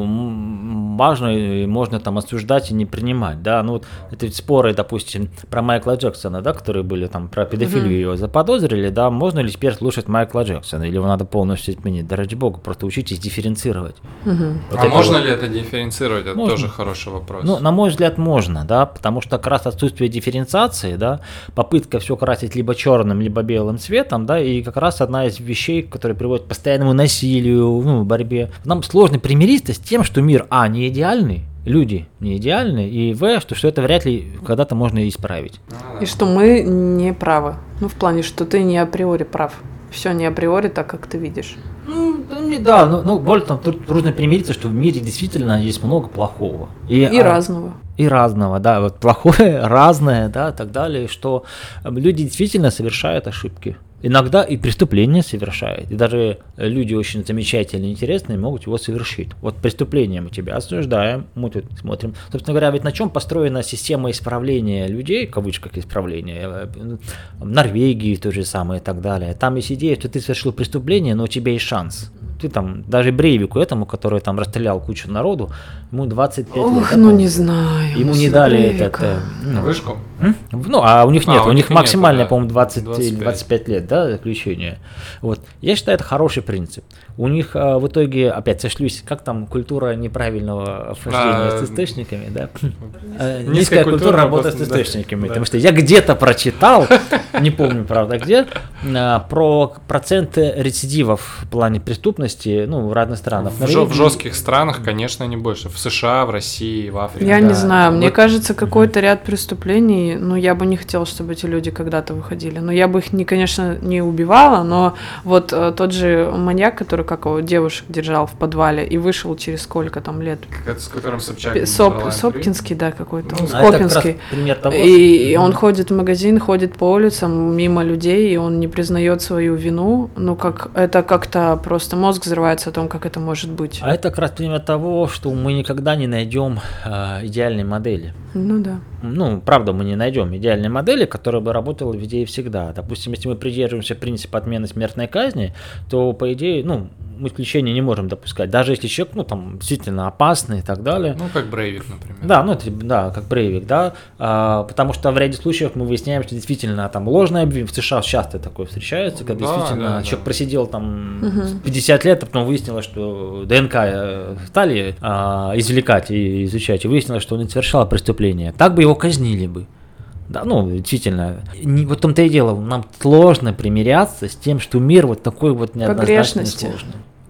ну, важно и можно там осуждать и не принимать, да, ну вот эти споры, допустим, про Майкла Джексона, да, которые были там про педофилию, mm-hmm. его заподозрили, да, можно ли теперь слушать Майкла Джексона, или его надо полностью отменить, да ради бога, просто учитесь дифференцировать. Mm-hmm. Вот а можно вот... ли это дифференцировать, это можно. Тоже хороший вопрос. Ну, на мой взгляд, можно, да, потому что как раз отсутствие дифференциации, да, попытка все красить либо черным, либо белым цветом, да, и как раз одна из вещей, которая приводит к постоянному насилию, ну, борьбе. Нам сложно примириться с тем, что мир, а, не идеальный, люди не идеальны, и в, что, что это вряд ли когда-то можно исправить. И что мы не правы. Ну, в плане, что ты не априори прав. Все не априори так, как ты видишь. Ну, да, ну, ну более того, тут трудно примириться, что в мире действительно есть много плохого. И, и а, разного. И разного, да, вот плохое, разное, да, и так далее, что люди действительно совершают ошибки. Иногда и преступление совершает, и даже люди очень замечательные, интересные могут его совершить. Вот преступление мы тебя осуждаем, мы тут смотрим. Собственно говоря, ведь на чем построена система исправления людей, в кавычках исправления, в Норвегии то же самое и так далее. Там есть идея, что ты совершил преступление, но у тебя есть шанс. Ты там, даже Брейвику этому, который там расстрелял кучу народу, ему двадцать пять Ох, лет. Ох, ну не знаю. Ему не дали этот... Ну, вышку? Ну, а у них нет, а, у, у них максимально, да. по-моему, двадцать или двадцать пять лет, да, заключения. Вот. Я считаю, это хороший принцип. У них а, в итоге, опять сошлюсь, как там культура неправильного обхождения а, с источниками, да? Низкая, Низкая культура, культура работы с источниками, да. Потому что я где-то прочитал, не помню, правда, где, про проценты рецидивов в плане преступности, ну, в разных странах. В, в жестких странах, конечно, не больше. В США, в России, в Африке. Я да. не знаю, мне вот. кажется, какой-то ряд преступлений, ну, я бы не хотела, чтобы эти люди когда-то выходили. Ну, я бы их, не, конечно, не убивала, но вот э, тот же маньяк, который, как его, девушек держал в подвале и вышел через сколько там лет. Как, с которым Собчак Соп, Сопкинский, да, какой-то, ну, Скопинский. А и, и он ходит в магазин, ходит по улицам мимо людей, и он не признает свою вину. Ну, как это как-то просто мозг взрывается о том, как это может быть. А это как раз пример того, что мы никогда не найдем э, идеальной модели. Ну да. Ну, правда, мы не найдем идеальной модели, которая бы работала везде и всегда. Допустим, если мы придерживаемся принципа отмены смертной казни, то, по идее, ну, мы исключения не можем допускать. Даже если человек, ну, там, действительно опасный и так далее. Ну, как Брейвик, например. Да, ну, это, да, как Брейвик, да. А, потому что в ряде случаев мы выясняем, что действительно там ложное обвинение. В США часто такое встречается, когда да, действительно да, человек да. просидел там угу. пятьдесят лет, а потом выяснилось, что ДНК стали а, извлекать и изучать, и выяснилось, что он не совершал преступление. Так бы его казнили бы. Да, ну, действительно, не, вот в том-то и дело, нам сложно примиряться с тем, что мир вот такой вот неоднозначный, сложный.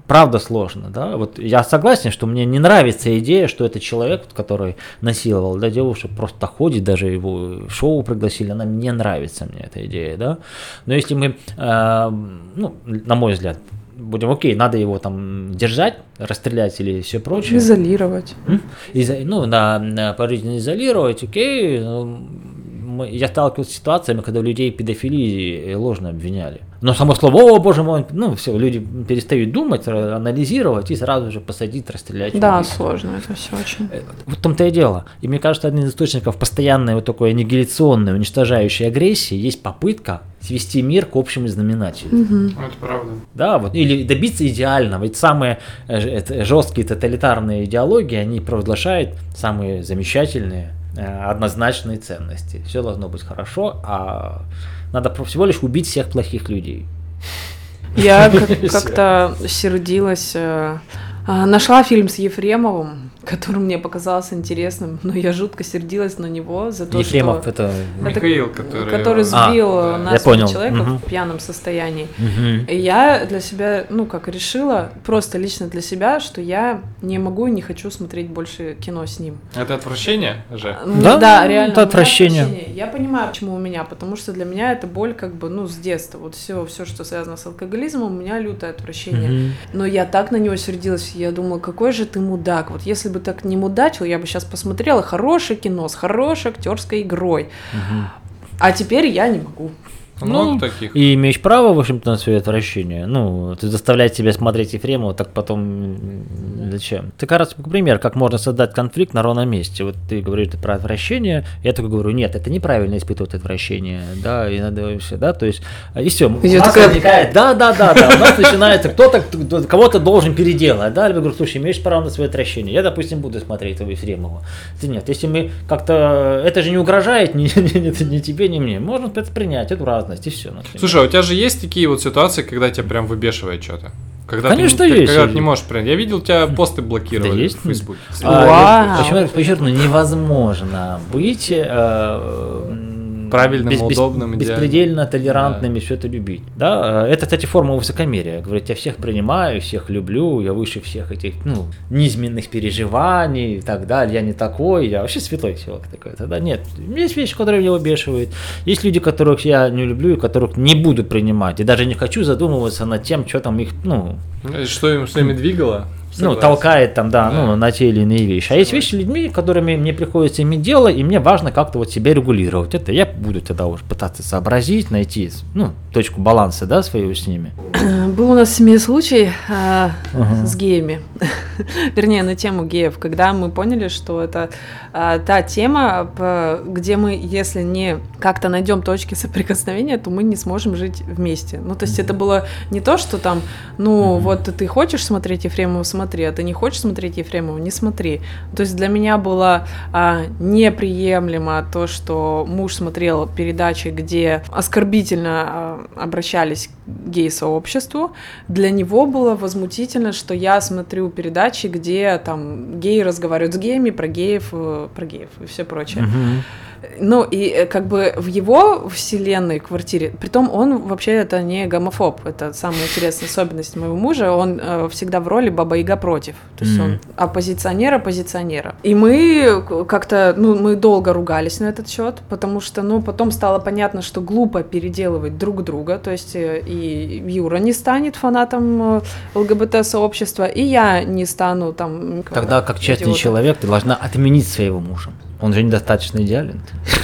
правда сложно, да. Вот я согласен, что мне не нравится идея, что это человек, который насиловал, да, девушек, просто ходит, даже его в шоу пригласили, она не нравится мне эта идея, да. Но если мы, э, ну, на мой взгляд, будем, окей, надо его там держать, расстрелять или все прочее. Изолировать. Изо, ну, на, на пожизненно изолировать, окей. Мы, я сталкивался с ситуациями, когда людей педофилии ложно обвиняли. Но само слово, о, боже мой, ну, все, люди перестают думать, анализировать и сразу же посадить, расстрелять. Да, убить. сложно это все очень. Вот в том-то и дело. И мне кажется, один из источников постоянной вот такой аннигиляционной, уничтожающей агрессии есть попытка свести мир к общему знаменателю. Угу. Это правда. Да, вот, или добиться идеального. Ведь самые жесткие тоталитарные идеологии, они провозглашают самые замечательные, однозначные ценности. Все должно быть хорошо, а надо всего лишь убить всех плохих людей. Я как- как-то сердилась. э, а, Нашла фильм с Ефремовым, который мне показался интересным, но я жутко сердилась на него за то, Ефремов что... это... Михаил, который... который сбил А, нас, я понял. человека, Мгм. в пьяном состоянии. Мгм. И я для себя, ну, как решила, просто лично для себя, что я не могу и не хочу смотреть больше кино с ним. Это отвращение же? Ну, Да, да, реально. это у меня отвращение. Я понимаю, почему у меня, потому что для меня это боль как бы, ну, с детства. Вот все, все, что связано с алкоголизмом, у меня лютое отвращение. Мгм. Но я так на него сердилась, я думала, какой же ты мудак. Вот если бы так не мудачил, я бы сейчас посмотрела хорошее кино с хорошей актерской игрой. Мгм. А теперь я не могу. Много Ну, таких. И имеешь право, в общем-то, на свое отвращение. Ну, ты заставлять себя смотреть Ефремова, так потом м, зачем? Ты, кажется, пример, как можно создать конфликт на ровном месте. Вот ты говоришь про отвращение, я только говорю, нет, это неправильно испытывать отвращение, да, и надо все, да, то есть, и все. У Я нас такая- возникает, да, да, да, да, у нас начинается, кто-то, кто- кого-то должен переделать, да, я говорю, слушай, имеешь право на свое отвращение, я, допустим, буду смотреть этого Ефремова. Ты нет, если мы как-то, это же не угрожает ни, ни- ни тебе, ни мне, можно это принять, эту разность, и все. Слушай, а у тебя же есть такие вот ситуации, когда тебя прям выбешивает что-то? Когда Конечно, ты, не- есть. Когда ты не можешь принять. Я видел, у тебя посты блокировали Да есть. в Фейсбуке. А, Вау. я- Почему я подчеркну, невозможно быть э, Правильным, бес- бес- удобным, идеальным. беспредельно толерантным и все это любить. Да? Э, Это, кстати, форма высокомерия. Говорить, я всех принимаю, всех люблю, я выше всех этих ну, низменных переживаний и так далее, я не такой, я вообще святой человек такой. Тогда нет. Есть вещи, которые меня выбешивают. Есть люди, которых я не люблю и которых не буду принимать. И даже не хочу задумываться над тем, что там их, ну, Что им, что ими двигало? ну, Согласен. толкает там, да, Да. ну, на те или иные вещи. А есть вещи людьми, которыми мне приходится иметь дело, и мне важно как-то вот себя регулировать. Это я буду тогда уже пытаться сообразить, найти, ну, точку баланса, да, свою с ними. Был у нас в семье случай а, Ага. с геями, вернее, на тему геев, когда мы поняли, что это а, та тема, по- где мы, если не как-то найдем точки соприкосновения, то мы не сможем жить вместе. Ну, то есть это было не то, что там, ну, Мгм. вот ты хочешь смотреть Ефремова, смотри, а ты не хочешь смотреть Ефремова, не смотри. То есть для меня было а, неприемлемо то, что муж смотрел передачи, где оскорбительно а, обращались к гей-сообществу. Для него было возмутительно, что я смотрю передачи, где там геи разговаривают с геями, про геев, э, про геев и все прочее. Мгм. Ну, и э, как бы в его вселенной, квартире, притом он вообще это не гомофоб, это самая интересная особенность моего мужа, он э, всегда в роли Баба-Яга против, то есть Мгм. он оппозиционер оппозиционера. И мы как-то, ну, мы долго ругались на этот счет, потому что, ну, потом стало понятно, что глупо переделывать друг друга, то есть э, и Юра не станет фанатом э, ЛГБТ-сообщества, и я не стану там... Тогда, как честный идиотом. человек, ты должна отменить своего мужа. Он же недостаточно идеален.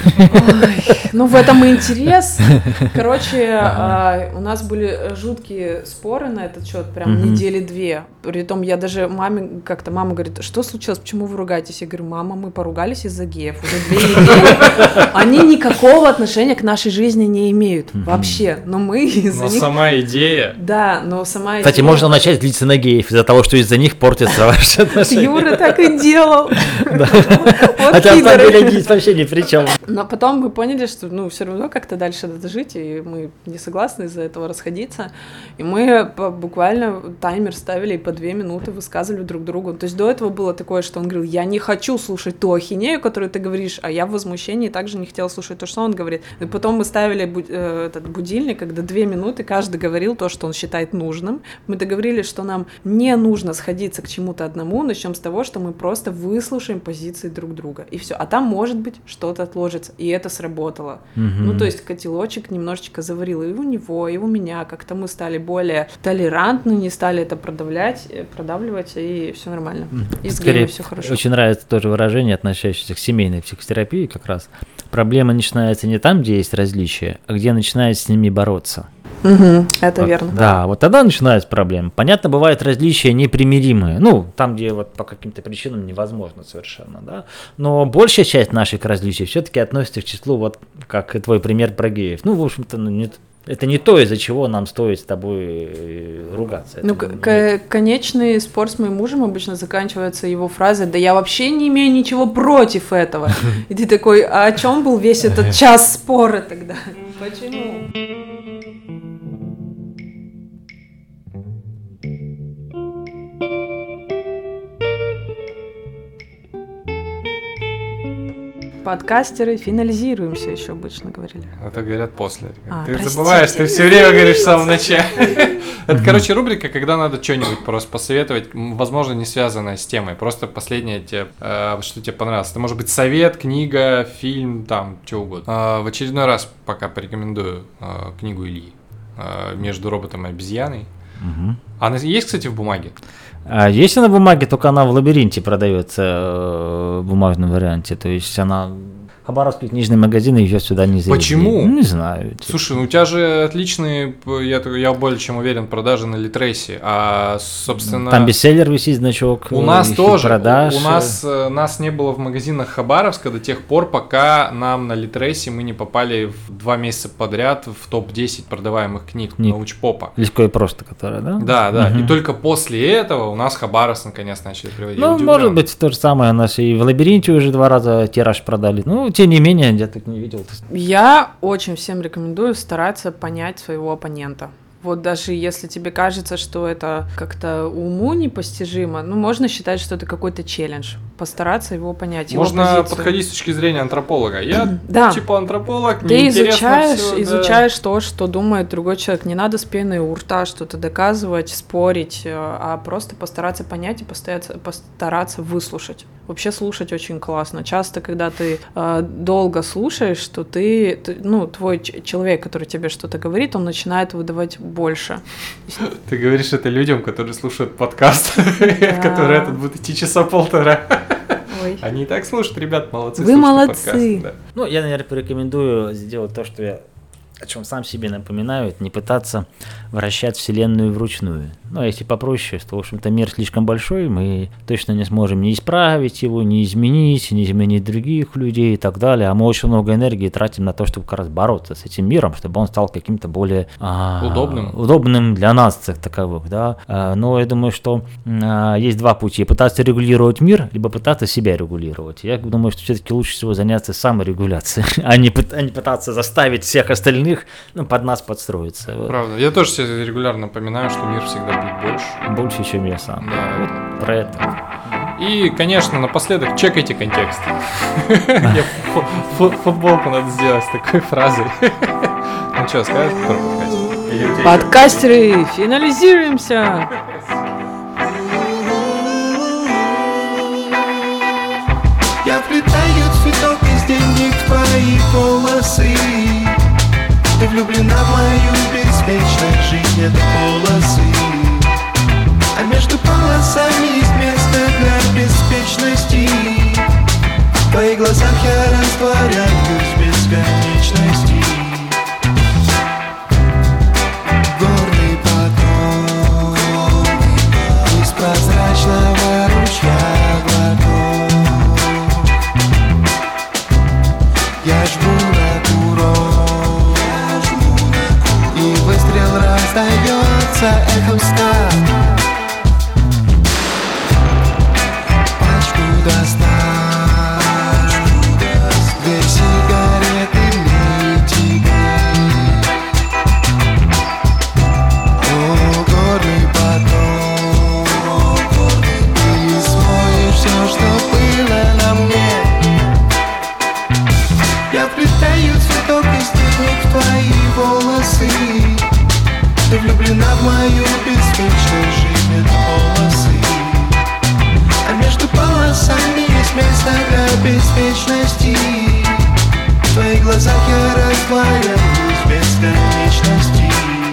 Ой, ну, в этом и интерес. Короче, а, у нас были жуткие споры на этот счет, прям Мгм. недели две. Притом я даже маме как-то, мама говорит, что случилось, почему вы ругаетесь? Я говорю, мама, мы поругались из-за геев. Уже две недели. Они никакого отношения к нашей жизни не имеют вообще. Но мы из-за Но них... сама идея... Да, но сама Кстати, идея- можно начать злиться на геев из-за того, что из-за них портятся ваши отношения. Юра так и делал. Вот Хотя, хитрый самом деле гид вообще ни при чем. Но потом мы поняли, что, ну, все равно как-то дальше надо жить, и мы не согласны из-за этого расходиться. И мы буквально таймер ставили и по две минуты высказывали друг другу. То есть до этого было такое, что он говорил, я не хочу слушать ту ахинею, которую ты говоришь, а я в возмущении также не хотела слушать то, что он говорит. И потом мы ставили бу- э, этот будильник, когда две минуты каждый говорил то, что он считает нужным. Мы договорились, что нам не нужно сходиться к чему-то одному, начнем с того, что мы просто выслушаем позиции друг друга. И все. А там, может быть, что-то отложится. И это сработало. Mm-hmm. Ну, то есть котелочек немножечко заварил и у него, и у меня. Как-то мы стали более толерантны, не стали это продавлять, продавливать, и все нормально. И с геем все хорошо. Очень нравится тоже выражение, относящееся к семейной психотерапии как раз. Проблема начинается не там, где есть различия, а где начинает с ними бороться. Угу, это вот, верно. Да, вот тогда начинаются проблемы. Понятно, бывают различия непримиримые. Ну, там, где вот по каким-то причинам невозможно совершенно, да. Но большая часть наших различий все-таки относится к числу, вот как и твой пример про геев. Ну, в общем-то, ну, нет. Это не то, из-за чего нам стоит с тобой ругаться. Ну, к- к- конечный спор с моим мужем обычно заканчивается его фразой: да я вообще не имею ничего против этого. И ты такой, а о чем был весь этот час спора тогда? Почему? Подкастеры финализируемся, еще обычно говорили. Это говорят после. А, ты простите. забываешь, ты все время говоришь в самом начале. Это, короче, рубрика, когда надо что-нибудь просто посоветовать, возможно, не связанное с темой. Просто последнее, тебе, э, что тебе понравилось. Это может быть совет, книга, фильм, там, что угодно. Э, в очередной раз пока порекомендую э, книгу Ильи э, «Между роботом и обезьяной». Угу. Она есть, кстати, в бумаге? А есть она в бумаге, только она в лабиринте продается э, в бумажном варианте. То есть она... Хабаровский книжный магазин ее сюда не завезли. Почему? Не знаю. Типа. Слушай, ну у тебя же отличные, я, я более чем уверен, продажи на Литресе, а, собственно... Там бестселлер висит, значок. У нас тоже, продаж. у нас, нас не было в магазинах Хабаровска до тех пор, пока нам на Литресе мы не попали в два месяца подряд в топ десять продаваемых книг Книг. научпопа. Легко и просто, которая, да? Да, да, Угу. и только после этого у нас Хабаровск наконец начали приводить. Ну, может быть, то же самое. У нас и в лабиринте уже два раза тираж продали. Ну, тем не менее, я так не видел. Я очень всем рекомендую стараться понять своего оппонента. Вот даже если тебе кажется, что это как-то уму непостижимо, ну, можно считать, что это какой-то челлендж. Постараться его понять. Его Можно позицию. подходить с точки зрения антрополога. Я Да. типа антрополог, Ты мне интересно изучаешь, всё, да. изучаешь то, что думает другой человек. Не надо с пеной у рта что-то доказывать, спорить, э, а просто постараться понять и постараться, постараться выслушать. Вообще слушать очень классно. Часто, когда ты э, долго слушаешь, что ты, ты, ну, твой ч- человек, который тебе что-то говорит, он начинает выдавать больше. Ты говоришь это людям, которые слушают подкаст, который этот будет идти часа полтора. Ой. Они и так слушают, ребят, молодцы. Вы слушайте молодцы. подкасты, да. Ну, я, наверное, порекомендую сделать то, что я, о чем сам себе напоминаю, это не пытаться вращать Вселенную вручную. Ну, а если попроще, то, в общем-то, мир слишком большой, мы точно не сможем ни исправить его, ни изменить, ни изменить других людей и так далее. А мы очень много энергии тратим на то, чтобы как раз бороться с этим миром, чтобы он стал каким-то более а, Удобным. удобным для нас как таковых, да. А, но я думаю, что а, есть два пути: пытаться регулировать мир, либо пытаться себя регулировать. Я думаю, что все-таки лучше всего заняться саморегуляцией, а не, пыт- а не пытаться заставить всех остальных, ну, под нас подстроиться. Вот. Правда. Я тоже себе регулярно напоминаю, что мир всегда будет больше. Больше, чем я сам. Да. Вот про это. И, конечно, напоследок чекайте контекст. Мне фу- фу- Футболку надо сделать с такой фразой. Ну что, скажешь про подкаст? Или у тебя ещё- Подкастеры, финализируемся! Я вплетаю цветок из денег в твои волосы. Ты влюблена в мою беспечную жизнь, это полосы. А между полосами есть место для беспечности. В твоих глазах я растворяюсь в бесконечности. Горный поток из прозрачного ручья глоток. Я жму на курок, и выстрел раздается эхом ста. Пачку достать, беспечности. В твоих глазах я растворяюсь в бесконечности.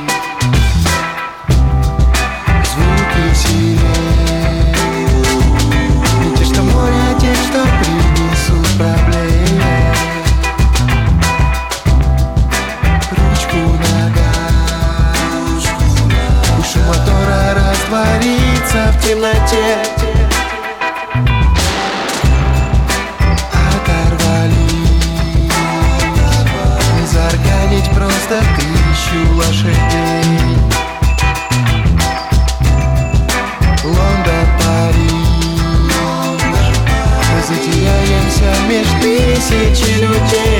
Звуки сирен, не те, что море, а те, что принесут проблемы. Ручку нога, шум мотора растворится в темноте. Просто тысячу лошадей. Лондон, Париж, мы затеряемся меж тысячи людей.